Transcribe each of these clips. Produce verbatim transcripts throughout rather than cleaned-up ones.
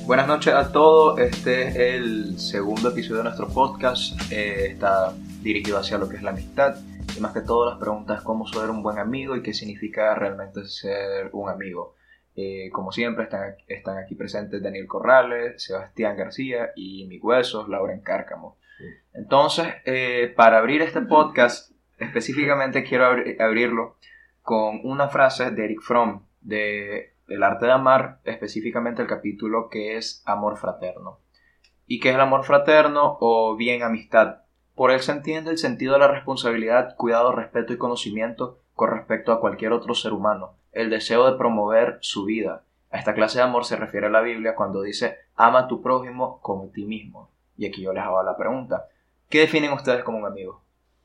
Buenas noches a todos, este es el segundo episodio de nuestro podcast, eh, está dirigido hacia lo que es la amistad y más que todo las preguntas cómo ser un buen amigo y qué significa realmente ser un amigo. Eh, como siempre están, están aquí presentes Daniel Corrales, Sebastián García y mis huesos, Lauren Cárcamo. Entonces, eh, para abrir este podcast, específicamente quiero abri- abrirlo con una frase de Erich Fromm, de El arte de amar, específicamente el capítulo que es Amor fraterno. ¿Y qué es el amor fraterno o bien amistad? Por él se entiende el sentido de la responsabilidad, cuidado, respeto y conocimiento con respecto a cualquier otro ser humano, el deseo de promover su vida. A esta clase de amor se refiere la Biblia cuando dice ama a tu prójimo como a ti mismo. Y aquí yo les hago la pregunta, ¿qué definen ustedes como un amigo?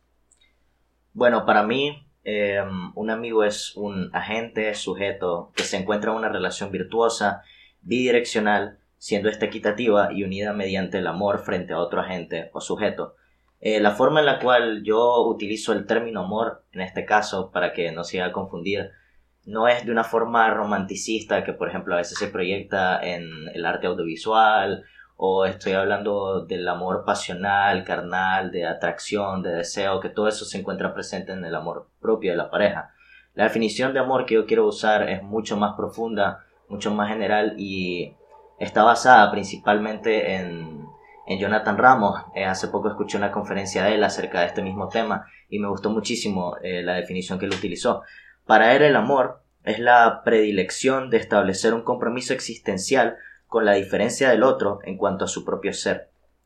Bueno, para mí, eh, un amigo es un agente, sujeto, que se encuentra en una relación virtuosa, bidireccional, siendo esta equitativa y unida mediante el amor frente a otro agente o sujeto. Eh, la forma en la cual yo utilizo el término amor, en este caso, para que no se haga confundir, no es de una forma romanticista que, por ejemplo, a veces se proyecta en el arte audiovisual, o estoy hablando del amor pasional, carnal, de atracción, de deseo, que todo eso se encuentra presente en el amor propio de la pareja. La definición de amor que yo quiero usar es mucho más profunda, mucho más general y está basada principalmente en, en Jonathan Ramos. Eh, hace poco escuché una conferencia de él acerca de este mismo tema y me gustó muchísimo eh, la definición que él utilizó. Para él el amor es la predilección de establecer un compromiso existencial con la diferencia del otro en cuanto a su propio ser.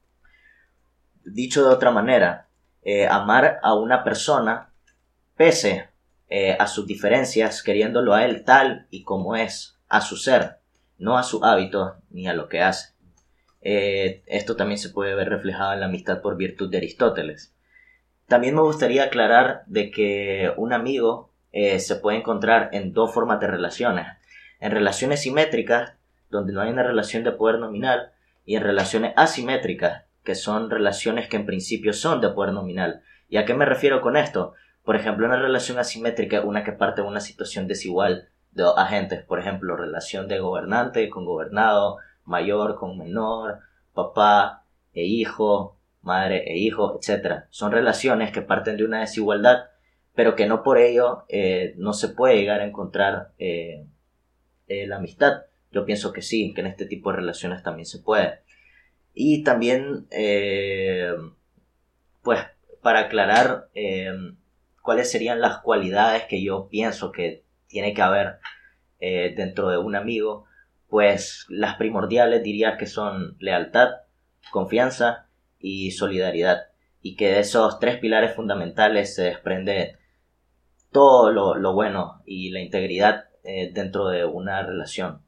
Dicho de otra manera, eh, amar a una persona pese eh, a sus diferencias, queriéndolo a él tal y como es, a su ser, no a sus hábitos ni a lo que hace. Eh, esto también se puede ver reflejado en la amistad por virtud de Aristóteles. También me gustaría aclarar de que un amigo eh, se puede encontrar en dos formas de relaciones. En relaciones simétricas, donde no hay una relación de poder nominal, y en relaciones asimétricas, que son relaciones que en principio son de poder nominal. ¿Y a qué me refiero con esto? Por ejemplo, una relación asimétrica es una que parte de una situación desigual de dos agentes. Por ejemplo, relación de gobernante con gobernado, mayor con menor, papá e hijo, madre e hijo, etcétera. Son relaciones que parten de una desigualdad, pero que no por ello eh, no se puede llegar a encontrar eh, eh, la amistad. Yo pienso que sí, que en este tipo de relaciones también se puede. Y también, eh, pues, para aclarar eh, cuáles serían las cualidades que yo pienso que tiene que haber eh, dentro de un amigo, pues las primordiales diría que son lealtad, confianza y solidaridad. Y que de esos tres pilares fundamentales se desprende todo lo, lo bueno y la integridad eh, dentro de una relación.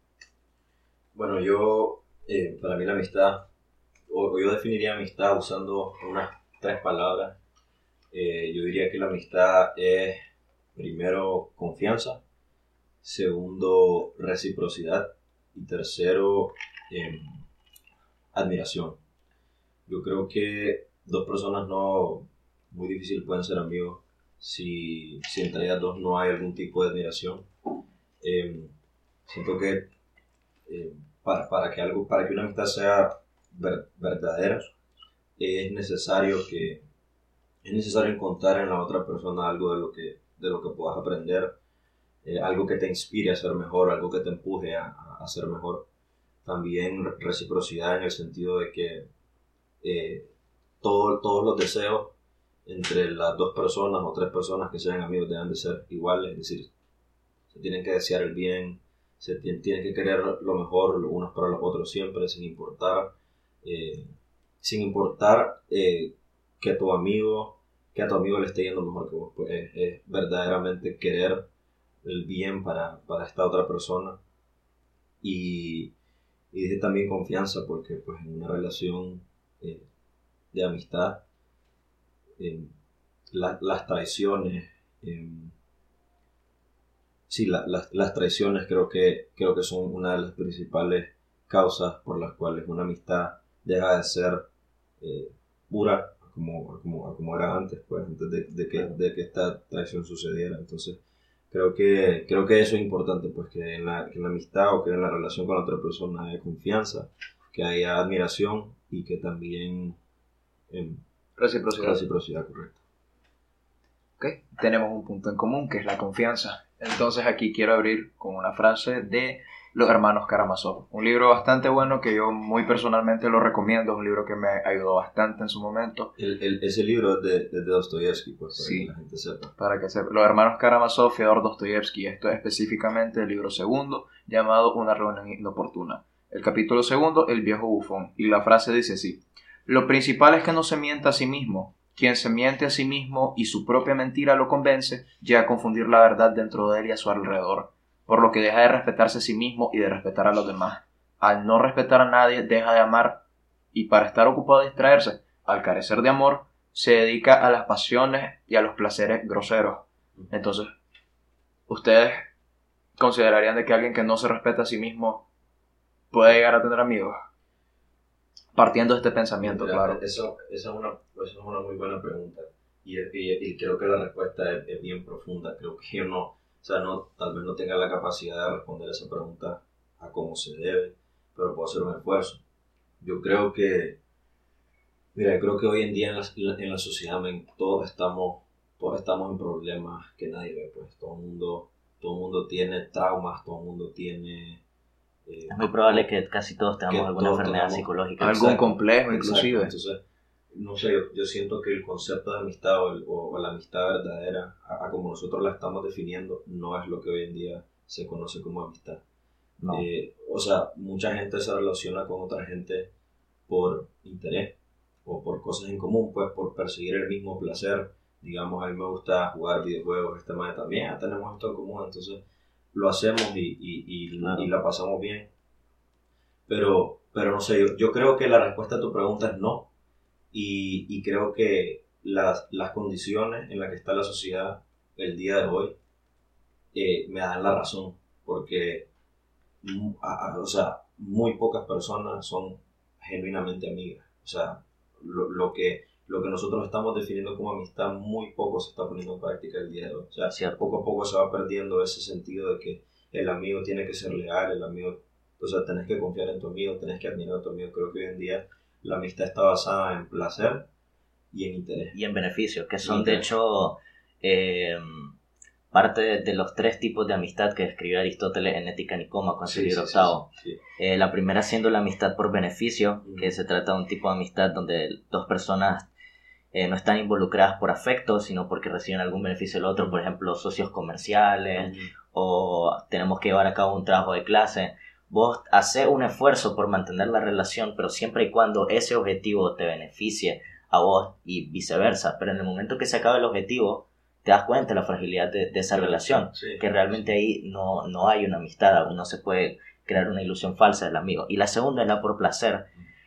Bueno, yo, eh, para mí la amistad, o, o yo definiría amistad usando unas tres palabras. Eh, yo diría que la amistad es, primero, confianza, segundo, reciprocidad y tercero, eh, admiración. Yo creo que dos personas no, muy difícil pueden ser amigos si, si entre ellas dos no hay algún tipo de admiración. Eh, siento que eh, para, para que algo, para que una amistad sea ver, verdadera, es necesario que es necesario encontrar en la otra persona algo de lo que, de lo que puedas aprender, eh, algo que te inspire a ser mejor, algo que te empuje a, a ser mejor. También reciprocidad en el sentido de que eh, todo, todos los deseos entre las dos personas o tres personas que sean amigos deben de ser iguales, es decir, se tienen que desear el bien, se tienen que querer lo mejor los unos para los otros siempre, sin importar, eh, sin importar eh, que tu amigo, que a tu amigo le esté yendo mejor que vos, pues es, es verdaderamente querer el bien para, para esta otra persona y, y dice también confianza porque pues en una relación eh, de amistad eh, la, las traiciones eh, sí, la, la, las traiciones creo que, creo que son una de las principales causas por las cuales una amistad deja de ser eh, pura como, como, como era antes, pues, antes de, de, que, de que esta traición sucediera. Entonces, Creo que, creo que eso es importante, pues que en, la, que en la amistad o que en la relación con la otra persona haya confianza, que haya admiración y que también eh, Reciprocidad. reciprocidad, correcto. Ok, tenemos un punto en común que es la confianza. Entonces aquí quiero abrir con una frase de Los Hermanos Karamazov, un libro bastante bueno que yo muy personalmente lo recomiendo, es un libro que me ayudó bastante en su momento. El, el, ese libro es de, de Dostoyevsky, pues, para Sí, que la gente sepa. Para que sepa. Los Hermanos Karamazov, Fyodor Dostoyevsky, esto es específicamente el libro segundo, llamado Una reunión inoportuna. El capítulo segundo, El viejo bufón, y la frase dice así: lo principal es que no se mienta a sí mismo. Quien se miente a sí mismo y su propia mentira lo convence, llega a confundir la verdad dentro de él y a su alrededor, por lo que deja de respetarse a sí mismo y de respetar a los demás. Al no respetar a nadie, deja de amar, y para estar ocupado de distraerse, al carecer de amor, se dedica a las pasiones y a los placeres groseros. Entonces, ¿ustedes considerarían de que alguien que no se respeta a sí mismo puede llegar a tener amigos? Partiendo de este pensamiento, Mira, claro. Eso, esa es una, eso es una muy buena pregunta. Y, y, y creo que la respuesta es, es bien profunda. Creo que yo no, o sea, no, tal vez no tenga la capacidad de responder esa pregunta a cómo se debe, pero puedo hacer un esfuerzo. Yo creo que, mira, creo que hoy en día en la, en la sociedad, men, todos estamos, todos estamos en problemas que nadie ve, pues. Todo el mundo, todo el mundo tiene traumas, todo el mundo tiene... Eh, Es muy probable que casi todos tengamos que alguna todos enfermedad tengamos psicológica. Algún Exacto, complejo, exacto. inclusive. Entonces, no sé, yo, yo siento que el concepto de amistad o, el, o, o la amistad verdadera, a, a como nosotros la estamos definiendo, no es lo que hoy en día se conoce como amistad. No. Eh, o sea, mucha gente se relaciona con otra gente por interés o por cosas en común, pues por perseguir el mismo placer. Digamos, a mí me gusta jugar videojuegos, este man también, ah, tenemos esto en común, entonces lo hacemos y, y, y, Claro. y la pasamos bien. Pero, pero no sé, yo, yo creo que la respuesta a tu pregunta es no. Y, y creo que las, las condiciones en las que está la sociedad el día de hoy eh, me dan la razón. Porque, mm, a- a- o sea, muy pocas personas son genuinamente amigas. O sea, lo, lo que, lo que nosotros estamos definiendo como amistad, muy poco se está poniendo en práctica el día de hoy. O sea, Cierto. poco a poco se va perdiendo ese sentido de que el amigo tiene que ser leal, el amigo, o sea, tenés que confiar en tu amigo, tenés que admirar a tu amigo. Creo que hoy en día la amistad está basada en placer y en interés. Y en beneficios, que son Y de interés. hecho eh, parte de, de los tres tipos de amistad que escribió Aristóteles en Ética Nicómaco en su Sí, libro sí, sí, octavo. sí, sí. Eh, la primera siendo la amistad por beneficio, Ujú. que se trata de un tipo de amistad donde dos personas eh, no están involucradas por afecto, sino porque reciben algún beneficio del otro, por ejemplo, socios comerciales, Ujú. o tenemos que llevar a cabo un trabajo de clase. Vos haces un esfuerzo por mantener la relación, pero siempre y cuando ese objetivo te beneficie a vos y viceversa. Pero en el momento que se acabe el objetivo, te das cuenta de la fragilidad de, de esa Sí, relación, sí. que realmente ahí no, no hay una amistad, aún no se puede crear una ilusión falsa del amigo. Y la segunda es la por placer,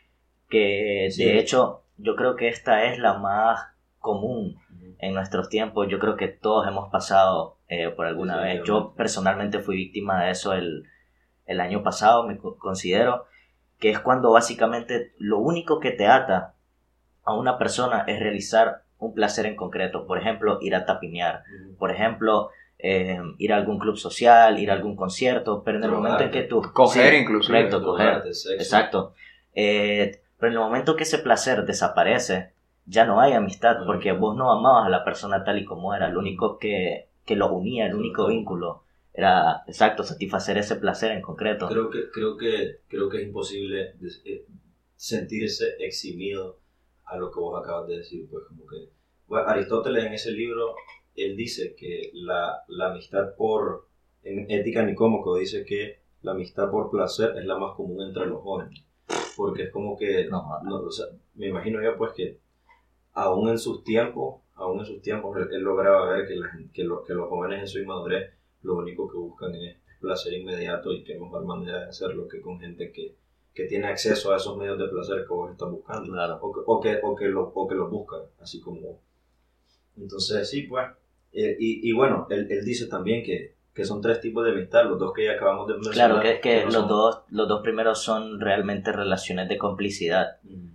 que Sí. de hecho yo creo que esta es la más común Ujú. en nuestros tiempos. Yo creo que todos hemos pasado eh, por alguna vez. Yo Definitivamente. personalmente fui víctima de eso el, el año pasado, me co- considero, que es cuando básicamente lo único que te ata a una persona es realizar un placer en concreto. Por ejemplo, ir a tapinear. Ujú. Por ejemplo, eh, ir a algún club social, ir a algún concierto. Pero en el Drogarte. momento en que tú... Coger inclusive. Correcto, coger. Drogarte, sexo. Exacto. Eh, pero en el momento que ese placer desaparece, ya no hay amistad, No hay porque amistad. vos no amabas a la persona tal y como era. Lo único que, que los unía, el único Total. vínculo, era, exacto, satisfacer ese placer en concreto. Creo que, creo que, creo que es imposible des- eh, sentirse eximido a lo que vos acabas de decir. Pues como que, bueno, Aristóteles en ese libro, él dice que la, la amistad por, en Ética Nicómaco dice que la amistad por placer es la más común entre los jóvenes. Porque es como que, No, no, o sea, me imagino yo pues que aún en sus tiempos, aún en sus tiempos, él, él lograba ver que, la, gen- que, los, que los jóvenes en su inmadurez lo único que buscan es placer inmediato, y qué mejor manera de hacerlo que con gente que, que tiene acceso a esos medios de placer que vos estás buscando, Claro. o que, o que, o que, lo, o que los buscan, así como... Entonces sí, pues, eh, y, y bueno, él, él dice también que, que son tres tipos de amistad, los dos que ya acabamos de mencionar. Claro, que, que no los, son- dos, los dos primeros son realmente relaciones de complicidad. Mm.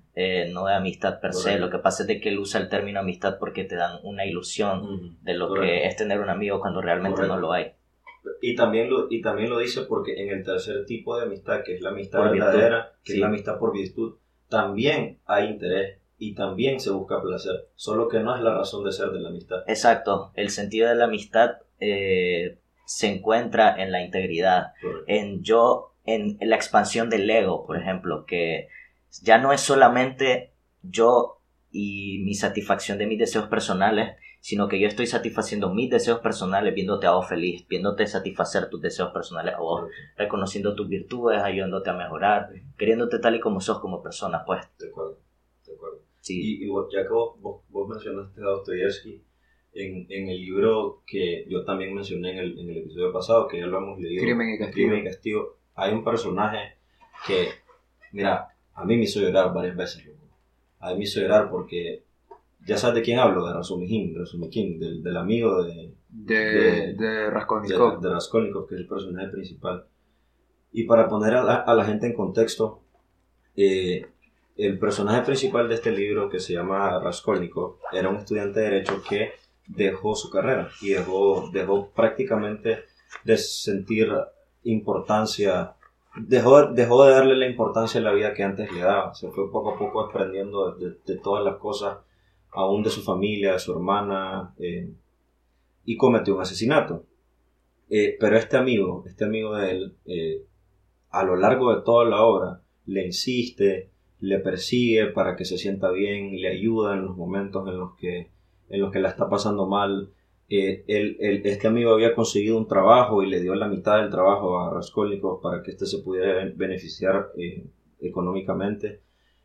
eh, no de amistad per se. Correcto. Lo que pasa es de que él usa el término amistad porque te dan una ilusión Ujú. de lo Correcto. que es tener un amigo cuando realmente Correcto. no lo hay. Y también, lo, y también lo dice porque en el tercer tipo de amistad, que es la amistad Por virtud. verdadera, que Sí. es la amistad por virtud, también hay interés y también se busca placer, solo que no es la razón de ser de la amistad. Exacto, el sentido de la amistad eh, se encuentra en la integridad, Correcto. en yo, en la expansión del ego, por ejemplo, que ya no es solamente yo y mi satisfacción de mis deseos personales, sino que yo estoy satisfaciendo mis deseos personales viéndote a vos feliz, viéndote satisfacer tus deseos personales a vos, Correcto. reconociendo tus virtudes, ayudándote a mejorar, queriéndote tal y como sos como persona, pues. De acuerdo, de acuerdo. Sí, Y, y vos- ya que vos, vos, vos mencionaste a Dostoyevsky, en, en el libro que yo también mencioné en el, en el episodio pasado, que ya lo hemos leído, Crimen y Castigo. Crimen y Castigo, hay un personaje que, mira, a mí me hizo llorar varias veces, loco. A mí me hizo llorar porque, ya sabes de quién hablo, de Razumihin, Razumihin, del, del amigo de, De, De- de de, Raskolnikov. de Raskolnikov, que es el personaje principal. Y para poner a la, a la gente en contexto, eh, el personaje principal de este libro, que se llama Raskolnikov, era un estudiante de Derecho que dejó su carrera y dejó, dejó prácticamente de sentir importancia, dejó, dejó de darle la importancia a la vida que antes le daba. Se fue poco a poco desprendiendo de, de- de todas las cosas, aún de su familia, de su hermana, eh, y cometió un asesinato. Eh, pero este amigo, este amigo de él, eh, a lo largo de toda la obra, le insiste, le persigue para que se sienta bien, le ayuda en los momentos en los que, en los que la está pasando mal. Eh, él- él- este amigo había conseguido un trabajo y le dio la mitad del trabajo a Raskolnikov para que éste se pudiera beneficiar eh, económicamente.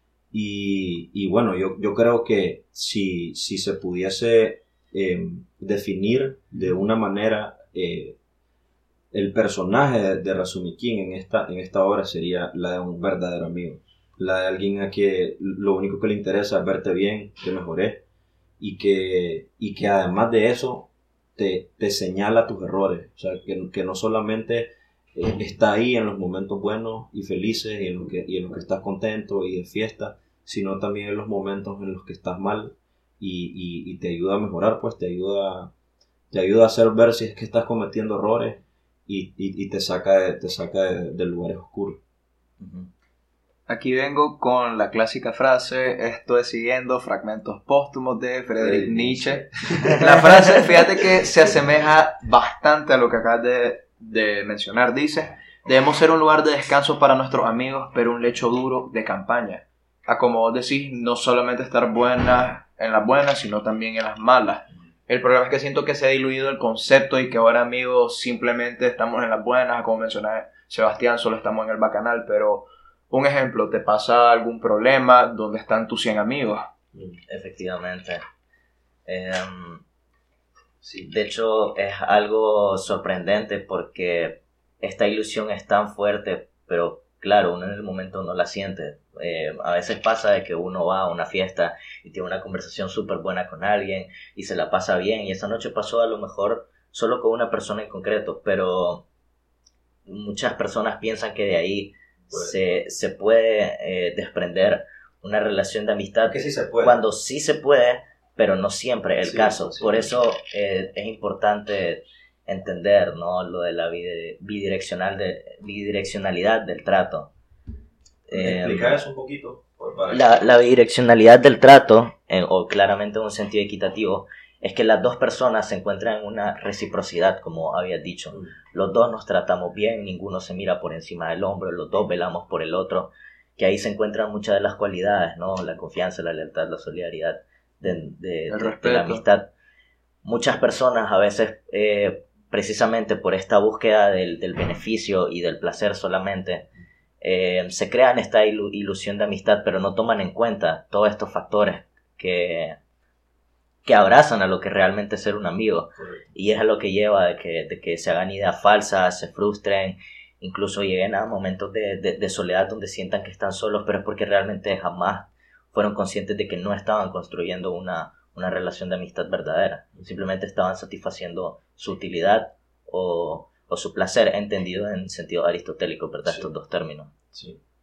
Y, y bueno, yo, yo creo que si, si se pudiese eh, definir de una manera eh, el personaje de, de Razumihin en esta, en esta obra sería la de un verdadero amigo, la de alguien a que lo único que le interesa es verte bien, que mejores, y que, y que además de eso te, te señala tus errores, o sea, que, que no solamente eh, está ahí en los momentos buenos y felices y en los que, y en los que estás contento y de fiesta, sino también en los momentos en los que estás mal y, y, y te ayuda a mejorar, pues te ayuda, te ayuda a hacer ver si es que estás cometiendo errores y, y, y te saca, de, te saca de, de lugares oscuros. Ujú. Aquí vengo con la clásica frase, estoy siguiendo fragmentos póstumos de Friedrich Nietzsche. La frase, fíjate que se asemeja bastante a lo que acabas de, de mencionar. Dice, debemos ser un lugar de descanso para nuestros amigos, pero un lecho duro de campaña. A como vos decís, no solamente estar buenas en las buenas, sino también en las malas. El problema es que siento que se ha diluido el concepto y que ahora, amigos, simplemente estamos en las buenas. Como mencionaba Sebastián, solo estamos en el bacanal, pero... Un ejemplo, te pasa algún problema, ¿dónde están tus cien amigos? Efectivamente. Em, sí, de hecho, es algo sorprendente porque esta ilusión es tan fuerte, pero claro, uno en el momento no la siente. Eh, a veces pasa de que uno va a una fiesta y tiene una conversación súper buena con alguien y se la pasa bien, y esa noche pasó a lo mejor solo con una persona en concreto, pero muchas personas piensan que de ahí Pues, se, se puede eh, desprender una relación de amistad que sí se puede. cuando sí se puede, pero no siempre es el Sí, caso. sí, Por sí. eso eh, es importante entender, ¿no?, lo de la bide- bidireccional de, bidireccionalidad del trato. Eh, Explica eso un poquito. Pues, para la, la bidireccionalidad del trato, eh, o claramente en un sentido equitativo, es que las dos personas se encuentran en una reciprocidad, como habías dicho. Mm. Los dos nos tratamos bien, ninguno se mira por encima del hombro, los dos velamos por el otro, que ahí se encuentran muchas de las cualidades, ¿no? La confianza, la lealtad, la solidaridad, de, de, El de- de respeto. la amistad. Muchas personas a veces, eh, precisamente por esta búsqueda del, del beneficio y del placer solamente, eh, se crean esta ilu- ilusión de amistad, pero no toman en cuenta todos estos factores que, que abrazan a lo que realmente es ser un amigo. Correcto. Y es a lo que lleva de que, de que se hagan ideas falsas, se frustren, incluso lleguen a momentos de, de, de soledad donde sientan que están solos, pero es porque realmente jamás fueron conscientes de que no estaban construyendo una, una relación de amistad verdadera. Simplemente estaban satisfaciendo su utilidad o, o su placer, entendido en sentido aristotélico, ¿verdad? Sí. Estos dos términos. Sí.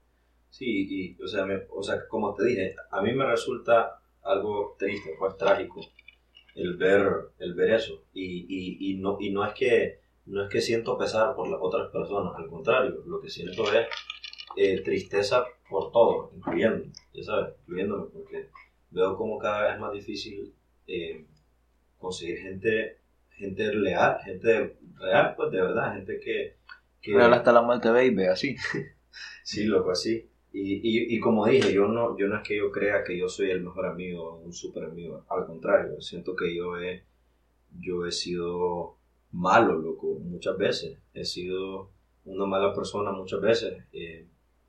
Sí, y, o sea, me, o sea, como te dije, a mí me resulta algo triste, pues trágico, el ver, el ver eso. Y, y, y, no, y no es que no es que siento pesar por las otras personas, al contrario, lo que siento es eh, tristeza por todo, incluyendo, ya sabes, incluyéndome, porque veo como cada vez es más difícil eh, conseguir gente, gente leal, gente real, pues de verdad, gente que... que Real hasta la muerte, baby, así. sí, loco, así. Y, y, y como dije, yo no, yo no es que yo crea que yo soy el mejor amigo, un super amigo, al contrario, siento que yo he, yo he sido malo, loco, muchas veces, he sido una mala persona muchas veces, eh,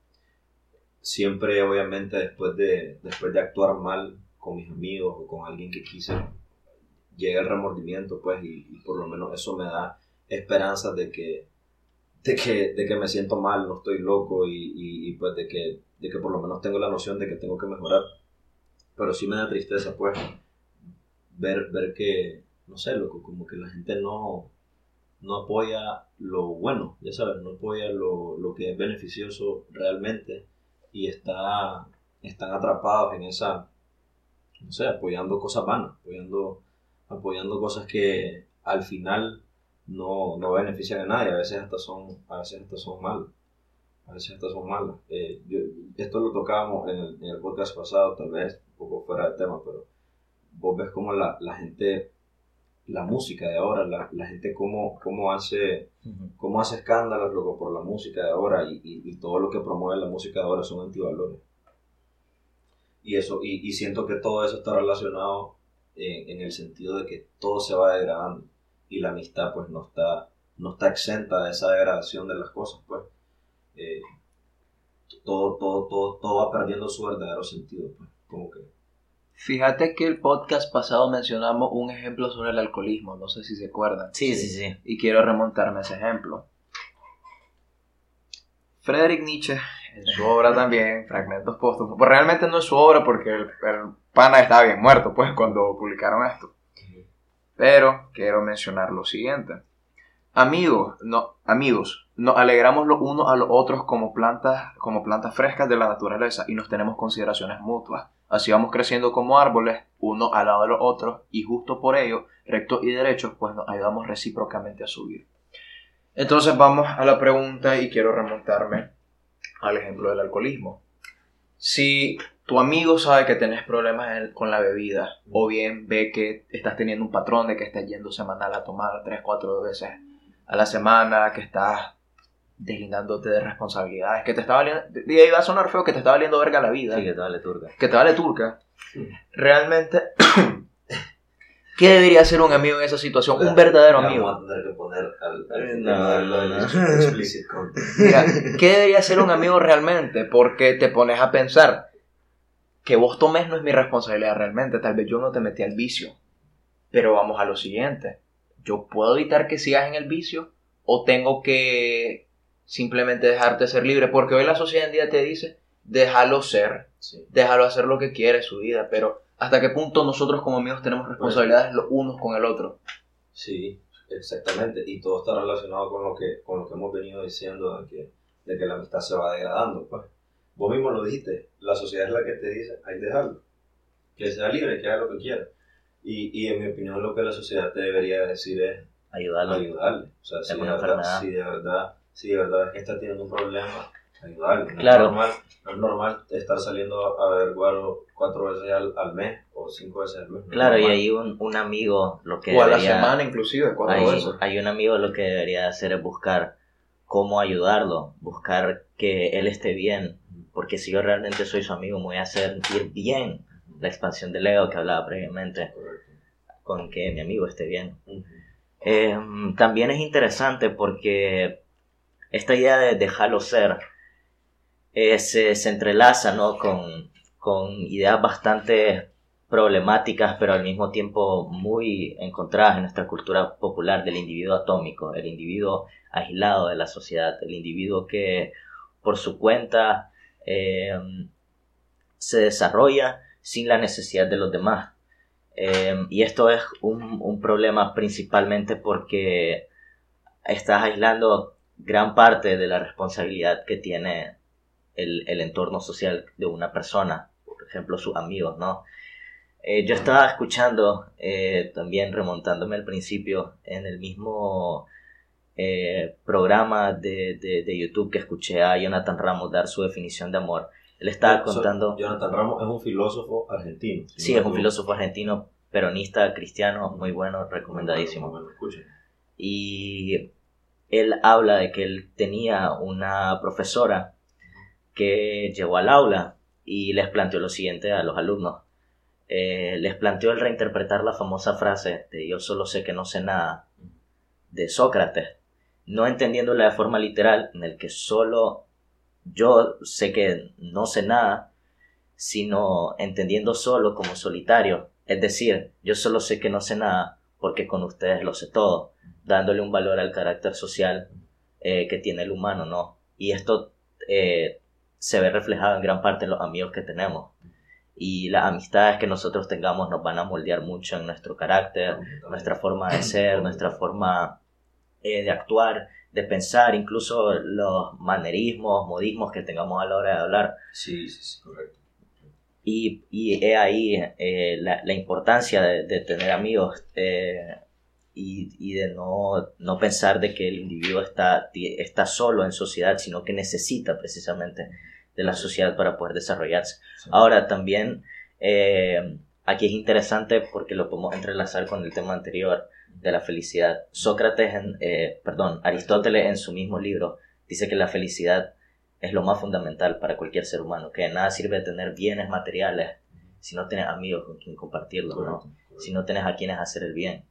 siempre obviamente después de, después de actuar mal con mis amigos o con alguien que quise, llega el remordimiento, pues, y, y por lo menos eso me da esperanzas de que, de que, de que me siento mal, no estoy loco y, y, y, pues de que, de que por lo menos tengo la noción de que tengo que mejorar. Pero sí me da tristeza, pues, ver, ver que, no sé, loco, como que la gente no, no apoya lo bueno, ya sabes, no apoya lo, lo que es beneficioso realmente y está, están atrapados en esa, no sé, apoyando cosas vanas, apoyando, apoyando cosas que al final no, no benefician a nadie, a veces hasta son, a veces hasta son malas, a veces hasta son malas. Eh, yo, esto lo tocábamos en el, en el podcast pasado, tal vez un poco fuera de tema, pero vos ves como la, la gente, la música de ahora, la, la gente cómo, cómo hace, uh-huh. cómo hace escándalos, loco, por la música de ahora y, y, y todo lo que promueve la música de ahora son antivalores. Y, eso, y, y siento que todo eso está relacionado en, en el sentido de que todo se va degradando y la amistad pues no está, no está exenta de esa degradación de las cosas, pues. Eh, todo, todo, todo, todo va perdiendo su verdadero sentido, pues, como que... Fíjate que el podcast pasado mencionamos un ejemplo sobre el alcoholismo, no sé si se acuerdan. Sí, sí, sí. Y quiero remontarme a ese ejemplo. Friedrich Nietzsche, en su obra también, Fragmentos Póstumos, pues realmente no es su obra porque el, el pana estaba bien muerto, pues, cuando publicaron esto. Pero quiero mencionar lo siguiente. Amigos, no, amigos, nos alegramos los unos a los otros como plantas, como plantas frescas de la naturaleza y nos tenemos consideraciones mutuas. Así vamos creciendo como árboles, uno al lado de los otros, y justo por ello, rectos y derechos, pues nos ayudamos recíprocamente a subir. Entonces vamos a la pregunta y quiero remontarme al ejemplo del alcoholismo. Si tu amigo sabe que tenés problemas con la bebida, o bien ve que estás teniendo un patrón de que estás yendo semanal a tomar tres, cuatro veces a la semana, que estás deslindándote de responsabilidades, que te está valiendo, y iba a sonar feo, que te está valiendo verga la vida. Sí, que te vale turca. Que te vale turca. Sí. Realmente, ¿qué debería hacer un amigo en esa situación? Un verdadero amigo. Vamos a tener que poner al, al no, no, no. Explicit content. Mira, ¿qué debería hacer un amigo realmente? Porque te pones a pensar, que vos tomes no es mi responsabilidad realmente, tal vez yo no te metí al vicio. Pero vamos a lo siguiente. ¿Yo puedo evitar que sigas en el vicio? ¿O tengo que simplemente dejarte ser libre? Porque hoy la sociedad en día te dice, déjalo ser, sí. Déjalo hacer lo que quiere, su vida. Pero ¿hasta qué punto nosotros como amigos tenemos responsabilidades los unos con el otro? Sí, exactamente. Y todo está relacionado con lo que, con lo que hemos venido diciendo, de que, de que la amistad se va degradando. Pues. Vos mismo lo dijiste, la sociedad es la que te dice, hay que dejarlo. Que sea libre, que haga lo que quiera. Y, y en mi opinión lo que la sociedad te debería decir es ayudarle. ayudarle. O sea, si de, verdad, si, de verdad, si de verdad es que está teniendo un problema, ayudarle. No, claro. es normal, no es normal estar saliendo a ver guaro cuatro veces al, al mes o cinco veces al mes. No claro, y ahí un, un amigo lo que o a debería, la semana inclusive, cuatro hay, veces. Hay un amigo lo que debería hacer es buscar cómo ayudarlo, buscar que él esté bien, porque si yo realmente soy su amigo me voy a hacer sentir bien. La expansión del ego que hablaba previamente, con que mi amigo esté bien. Uh-huh. Eh, también es interesante porque esta idea de dejarlo ser eh, se, se entrelaza, ¿no? con, con ideas bastante problemáticas, pero al mismo tiempo muy encontradas en nuestra cultura popular del individuo atómico, el individuo aislado de la sociedad, el individuo que por su cuenta eh, se desarrolla sin la necesidad de los demás. Eh, y esto es un, un problema principalmente porque estás aislando gran parte de la responsabilidad que tiene el, el entorno social de una persona, por ejemplo sus amigos, ¿no? Eh, yo estaba escuchando, eh, también remontándome al principio, en el mismo eh, programa de, de, de YouTube que escuché a Jonathan Ramos dar su definición de amor. Él estaba So, contando... Jonathan Ramos es un filósofo argentino. Si Sí, no es un me filósofo argentino, peronista, cristiano, muy bueno, recomendadísimo. Bueno, bueno, escuchen. Y él habla de que él tenía una profesora que llegó al aula y les planteó lo siguiente a los alumnos. Eh, les planteó el reinterpretar la famosa frase de yo solo sé que no sé nada de Sócrates, no entendiéndola de forma literal, en el que solo yo sé que no sé nada, sino entendiendo solo como solitario, es decir, yo solo sé que no sé nada porque con ustedes lo sé todo, dándole un valor al carácter social eh, que tiene el humano, ¿no? Y esto eh, se ve reflejado en gran parte en los amigos que tenemos. Y las amistades que nosotros tengamos nos van a moldear mucho en nuestro carácter, nuestra forma de ser, nuestra forma eh, de actuar, de pensar, incluso los manerismos, modismos que tengamos a la hora de hablar. Sí, sí, sí, correcto. Y, y he ahí eh, la, la importancia de, de tener amigos eh, y, y de no, no pensar de que el individuo está, está solo en sociedad, sino que necesita precisamente de la sociedad para poder desarrollarse. Sí. Ahora también eh, aquí es interesante porque lo podemos entrelazar con el tema anterior de la felicidad. Sócrates, en, eh, perdón, Aristóteles en su mismo libro dice que la felicidad es lo más fundamental para cualquier ser humano, que de nada sirve tener bienes materiales si no tienes amigos con quien compartirlos, ¿no? Correcto, correcto. Si no tienes a quienes hacer el bien.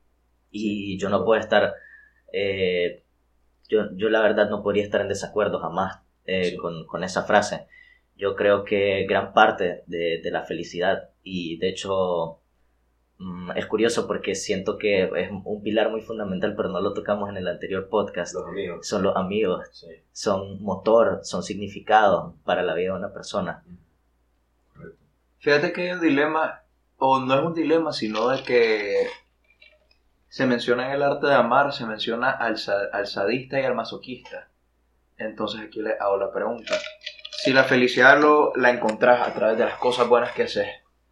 Y sí, yo no puedo estar, eh, yo, yo la verdad no podría estar en desacuerdo jamás eh, sí. con, con esa frase. Yo creo que gran parte de, de la felicidad, y de hecho mm, es curioso porque siento que es un pilar muy fundamental, pero no lo tocamos en el anterior podcast. Los amigos. Son los amigos, sí. Son motor, son significado para la vida de una persona. Correcto. Fíjate que hay un dilema, o no es un dilema, sino de que se menciona en el arte de amar, se menciona al, al sadista y al masoquista. Entonces aquí le hago la pregunta. Si la felicidad lo, la encontrás a través de las cosas buenas que haces,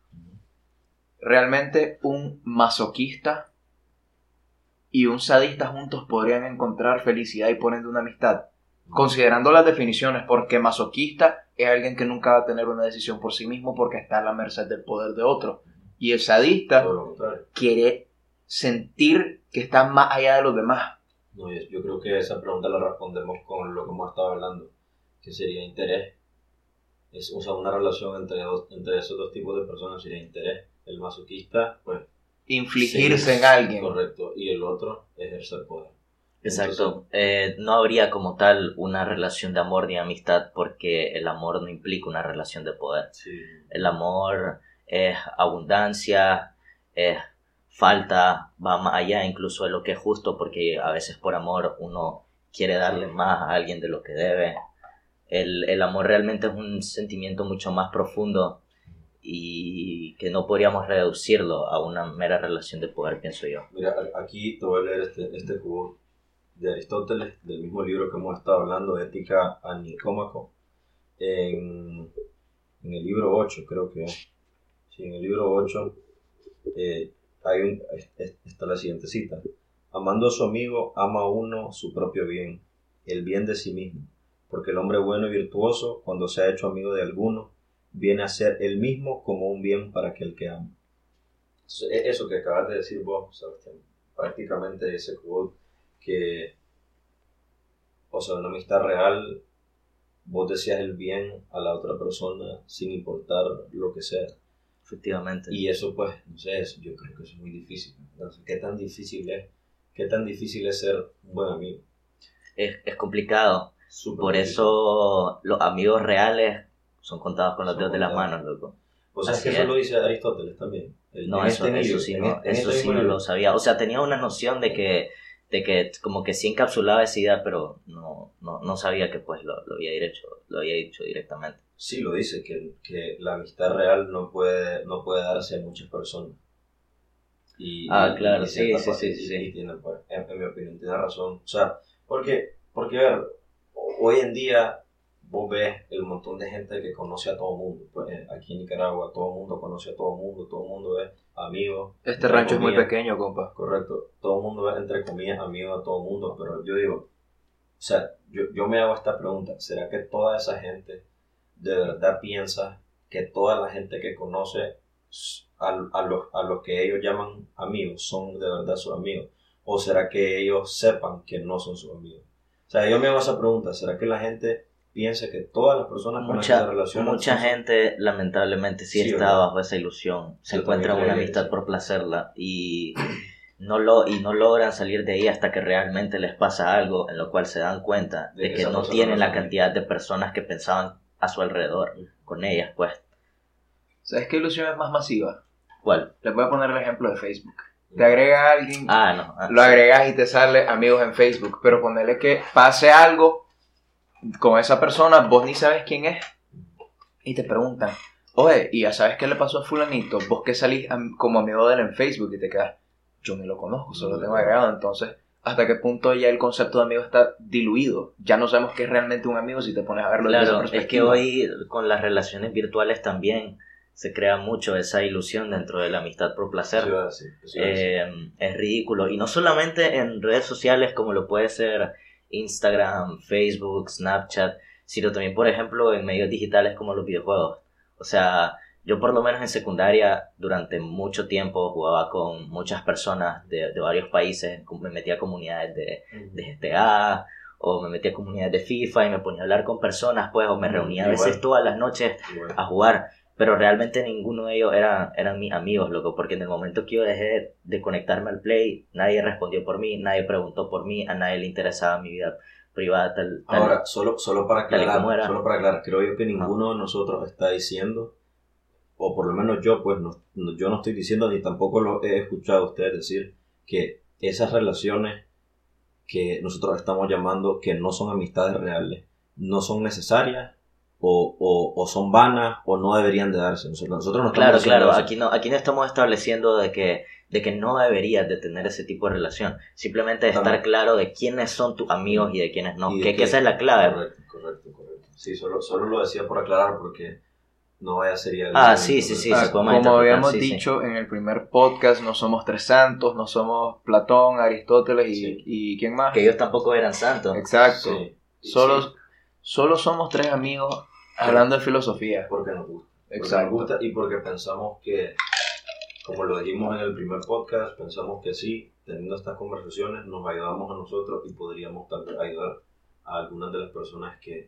¿realmente un masoquista y un sadista juntos podrían encontrar felicidad y ponen de una amistad? Considerando las definiciones, porque masoquista es alguien que nunca va a tener una decisión por sí mismo porque está a la merced del poder de otro. Y el sadista quiere sentir que está más allá de los demás. No, yo creo que esa pregunta la respondemos con lo que hemos estado hablando, que sería interés. Es, o sea, una relación entre, dos, entre esos dos tipos de personas sería interés. El masoquista, pues... infligirse sí, en alguien. Correcto. Y el otro, ejercer poder. Exacto. Entonces, eh, no habría como tal una relación de amor ni amistad porque el amor no implica una relación de poder. Sí. El amor es abundancia, es falta, va más allá incluso de lo que es justo, porque a veces por amor uno quiere darle más a alguien de lo que debe. El, el amor realmente es un sentimiento mucho más profundo y que no podríamos reducirlo a una mera relación de poder, pienso yo. Mira, aquí te voy a leer este, este quote de Aristóteles, del mismo libro que hemos estado hablando, Ética a Nicómaco, en, en el libro ocho, creo que es. Sí, en el libro ocho eh, hay un, está la siguiente cita. Amando a su amigo, ama uno su propio bien, el bien de sí mismo, porque el hombre bueno y virtuoso, cuando se ha hecho amigo de alguno, viene a ser él mismo como un bien para aquel que ama. Entonces, eso que acabas de decir vos, Sebastián, prácticamente ese quote que, o sea, una amistad real, vos deseas el bien a la otra persona sin importar lo que sea. Efectivamente. Y eso, pues, no sé, eso, yo creo que eso es muy difícil. Entonces, ¿qué tan difícil es? ¿Qué tan difícil es ser un buen amigo? Es, es complicado. Súper Por difícil. Eso los amigos reales son contados con los Son dedos de las contados. manos, loco. O sea, es que Así eso es. lo dice Aristóteles también. El, No, en eso, este eso libro, sí, en no, este- en eso este sí mismo no libro. lo sabía. O sea, tenía una noción de que, de que como que sí encapsulaba esa idea, pero no, no, no sabía que pues lo, lo había dicho, lo había dicho directamente. Sí, lo dice, que, que la amistad real no puede, no puede darse en muchas personas. Y, Ah, y- claro, y sí, cierta sí, pa- sí, y- sí. y tiene, pues, en, en mi opinión, tiene razón. O sea, porque, porque a ver, hoy en día vos ves el montón de gente que conoce a todo el mundo. Pues eh, aquí en Nicaragua todo el mundo conoce a todo el mundo, todo el mundo es amigo. Este rancho es muy pequeño, compa. Correcto, todo el mundo es entre comillas amigo a todo el mundo, pero yo digo, o sea, yo, yo me hago esta pregunta, ¿será que toda esa gente de verdad piensa que toda la gente que conoce a, a, los, a los que ellos llaman amigos son de verdad sus amigos? ¿O será que ellos sepan que no son sus amigos? O sea, yo me hago esa pregunta, ¿será que la gente piensa que todas las personas con las que se Mucha, relacionan mucha son sus- gente lamentablemente sí, Sí, está ¿verdad? bajo esa ilusión, se Yo encuentra también una creo amistad eso. por placerla y no, lo, y no logran salir de ahí hasta que realmente les pasa algo en lo cual se dan cuenta De de, que que esa no persona tienen no la es cantidad de personas que pensaban a su alrededor con ellas, pues. ¿Sabes qué ilusión es más masiva? ¿Cuál? Les voy a poner el ejemplo de Facebook. Te agrega alguien, Ah, no. ah, lo sí. agregas y te sale amigos en Facebook, pero ponerle que pase algo con esa persona, vos ni sabes quién es, y te preguntan, oye, ¿y ya sabes qué le pasó a fulanito? Vos que salís am- como amigo de él en Facebook y te quedas, yo ni lo conozco, solo No, tengo no. agregado. Entonces, ¿hasta qué punto ya el concepto de amigo está diluido? Ya no sabemos qué es realmente un amigo si te pones a verlo desde esa Claro, es que perspectiva. hoy con las relaciones virtuales también se crea mucho esa ilusión dentro de la amistad por placer. Eso iba a decir, eso iba a decir. Eh, es ridículo. Y no solamente en redes sociales como lo puede ser Instagram, Facebook, Snapchat, sino también, por ejemplo, en medios digitales como los videojuegos. O sea, yo por lo menos en secundaria durante mucho tiempo jugaba con muchas personas de, de varios países, me metía a comunidades de, de G T A o me metía a comunidades de FIFA y me ponía a hablar con personas, pues, o me Mm, reunía a igual. veces todas las noches Igual. a jugar. Pero realmente ninguno de ellos era, eran mis amigos, loco, porque en el momento que yo dejé de conectarme al Play, nadie respondió por mí, nadie preguntó por mí, a nadie le interesaba mi vida privada tal, tal. Ahora, solo, solo para tal y como aclarar, era. solo para aclarar, creo yo que ninguno de nosotros está diciendo, o por lo menos yo, pues, no, no- yo no estoy diciendo, ni tampoco lo he escuchado a ustedes decir, que esas relaciones que nosotros estamos llamando que no son amistades reales, no son necesarias, o, o, o son vanas, o no deberían de darse. Nosotros, nosotros no estamos Claro, diciendo claro, eso. aquí no, aquí no estamos estableciendo de que, de que no deberías de tener ese tipo de relación. Simplemente estar También. claro de quiénes son tus amigos y de quiénes no. Y de Que, que- que esa es la clave. Correcto, correcto, correcto. Sí, solo, solo lo decía por aclarar porque no vaya a ser ya- Ah, sí, sí, sí, Ah, se puede como malinterpretar, habíamos sí, sí. dicho en el primer podcast, no somos tres santos, no somos Platón, Aristóteles y, Sí. y ¿quién más? Que ellos tampoco eran santos. Exacto. Sí, y Solo, sí, solo somos tres amigos hablando de filosofía. porque nos gusta. Porque nos Exacto. gusta y porque pensamos que, como lo dijimos en el primer podcast, pensamos que sí, teniendo estas conversaciones nos ayudamos a nosotros y podríamos tal vez ayudar a algunas de las personas que,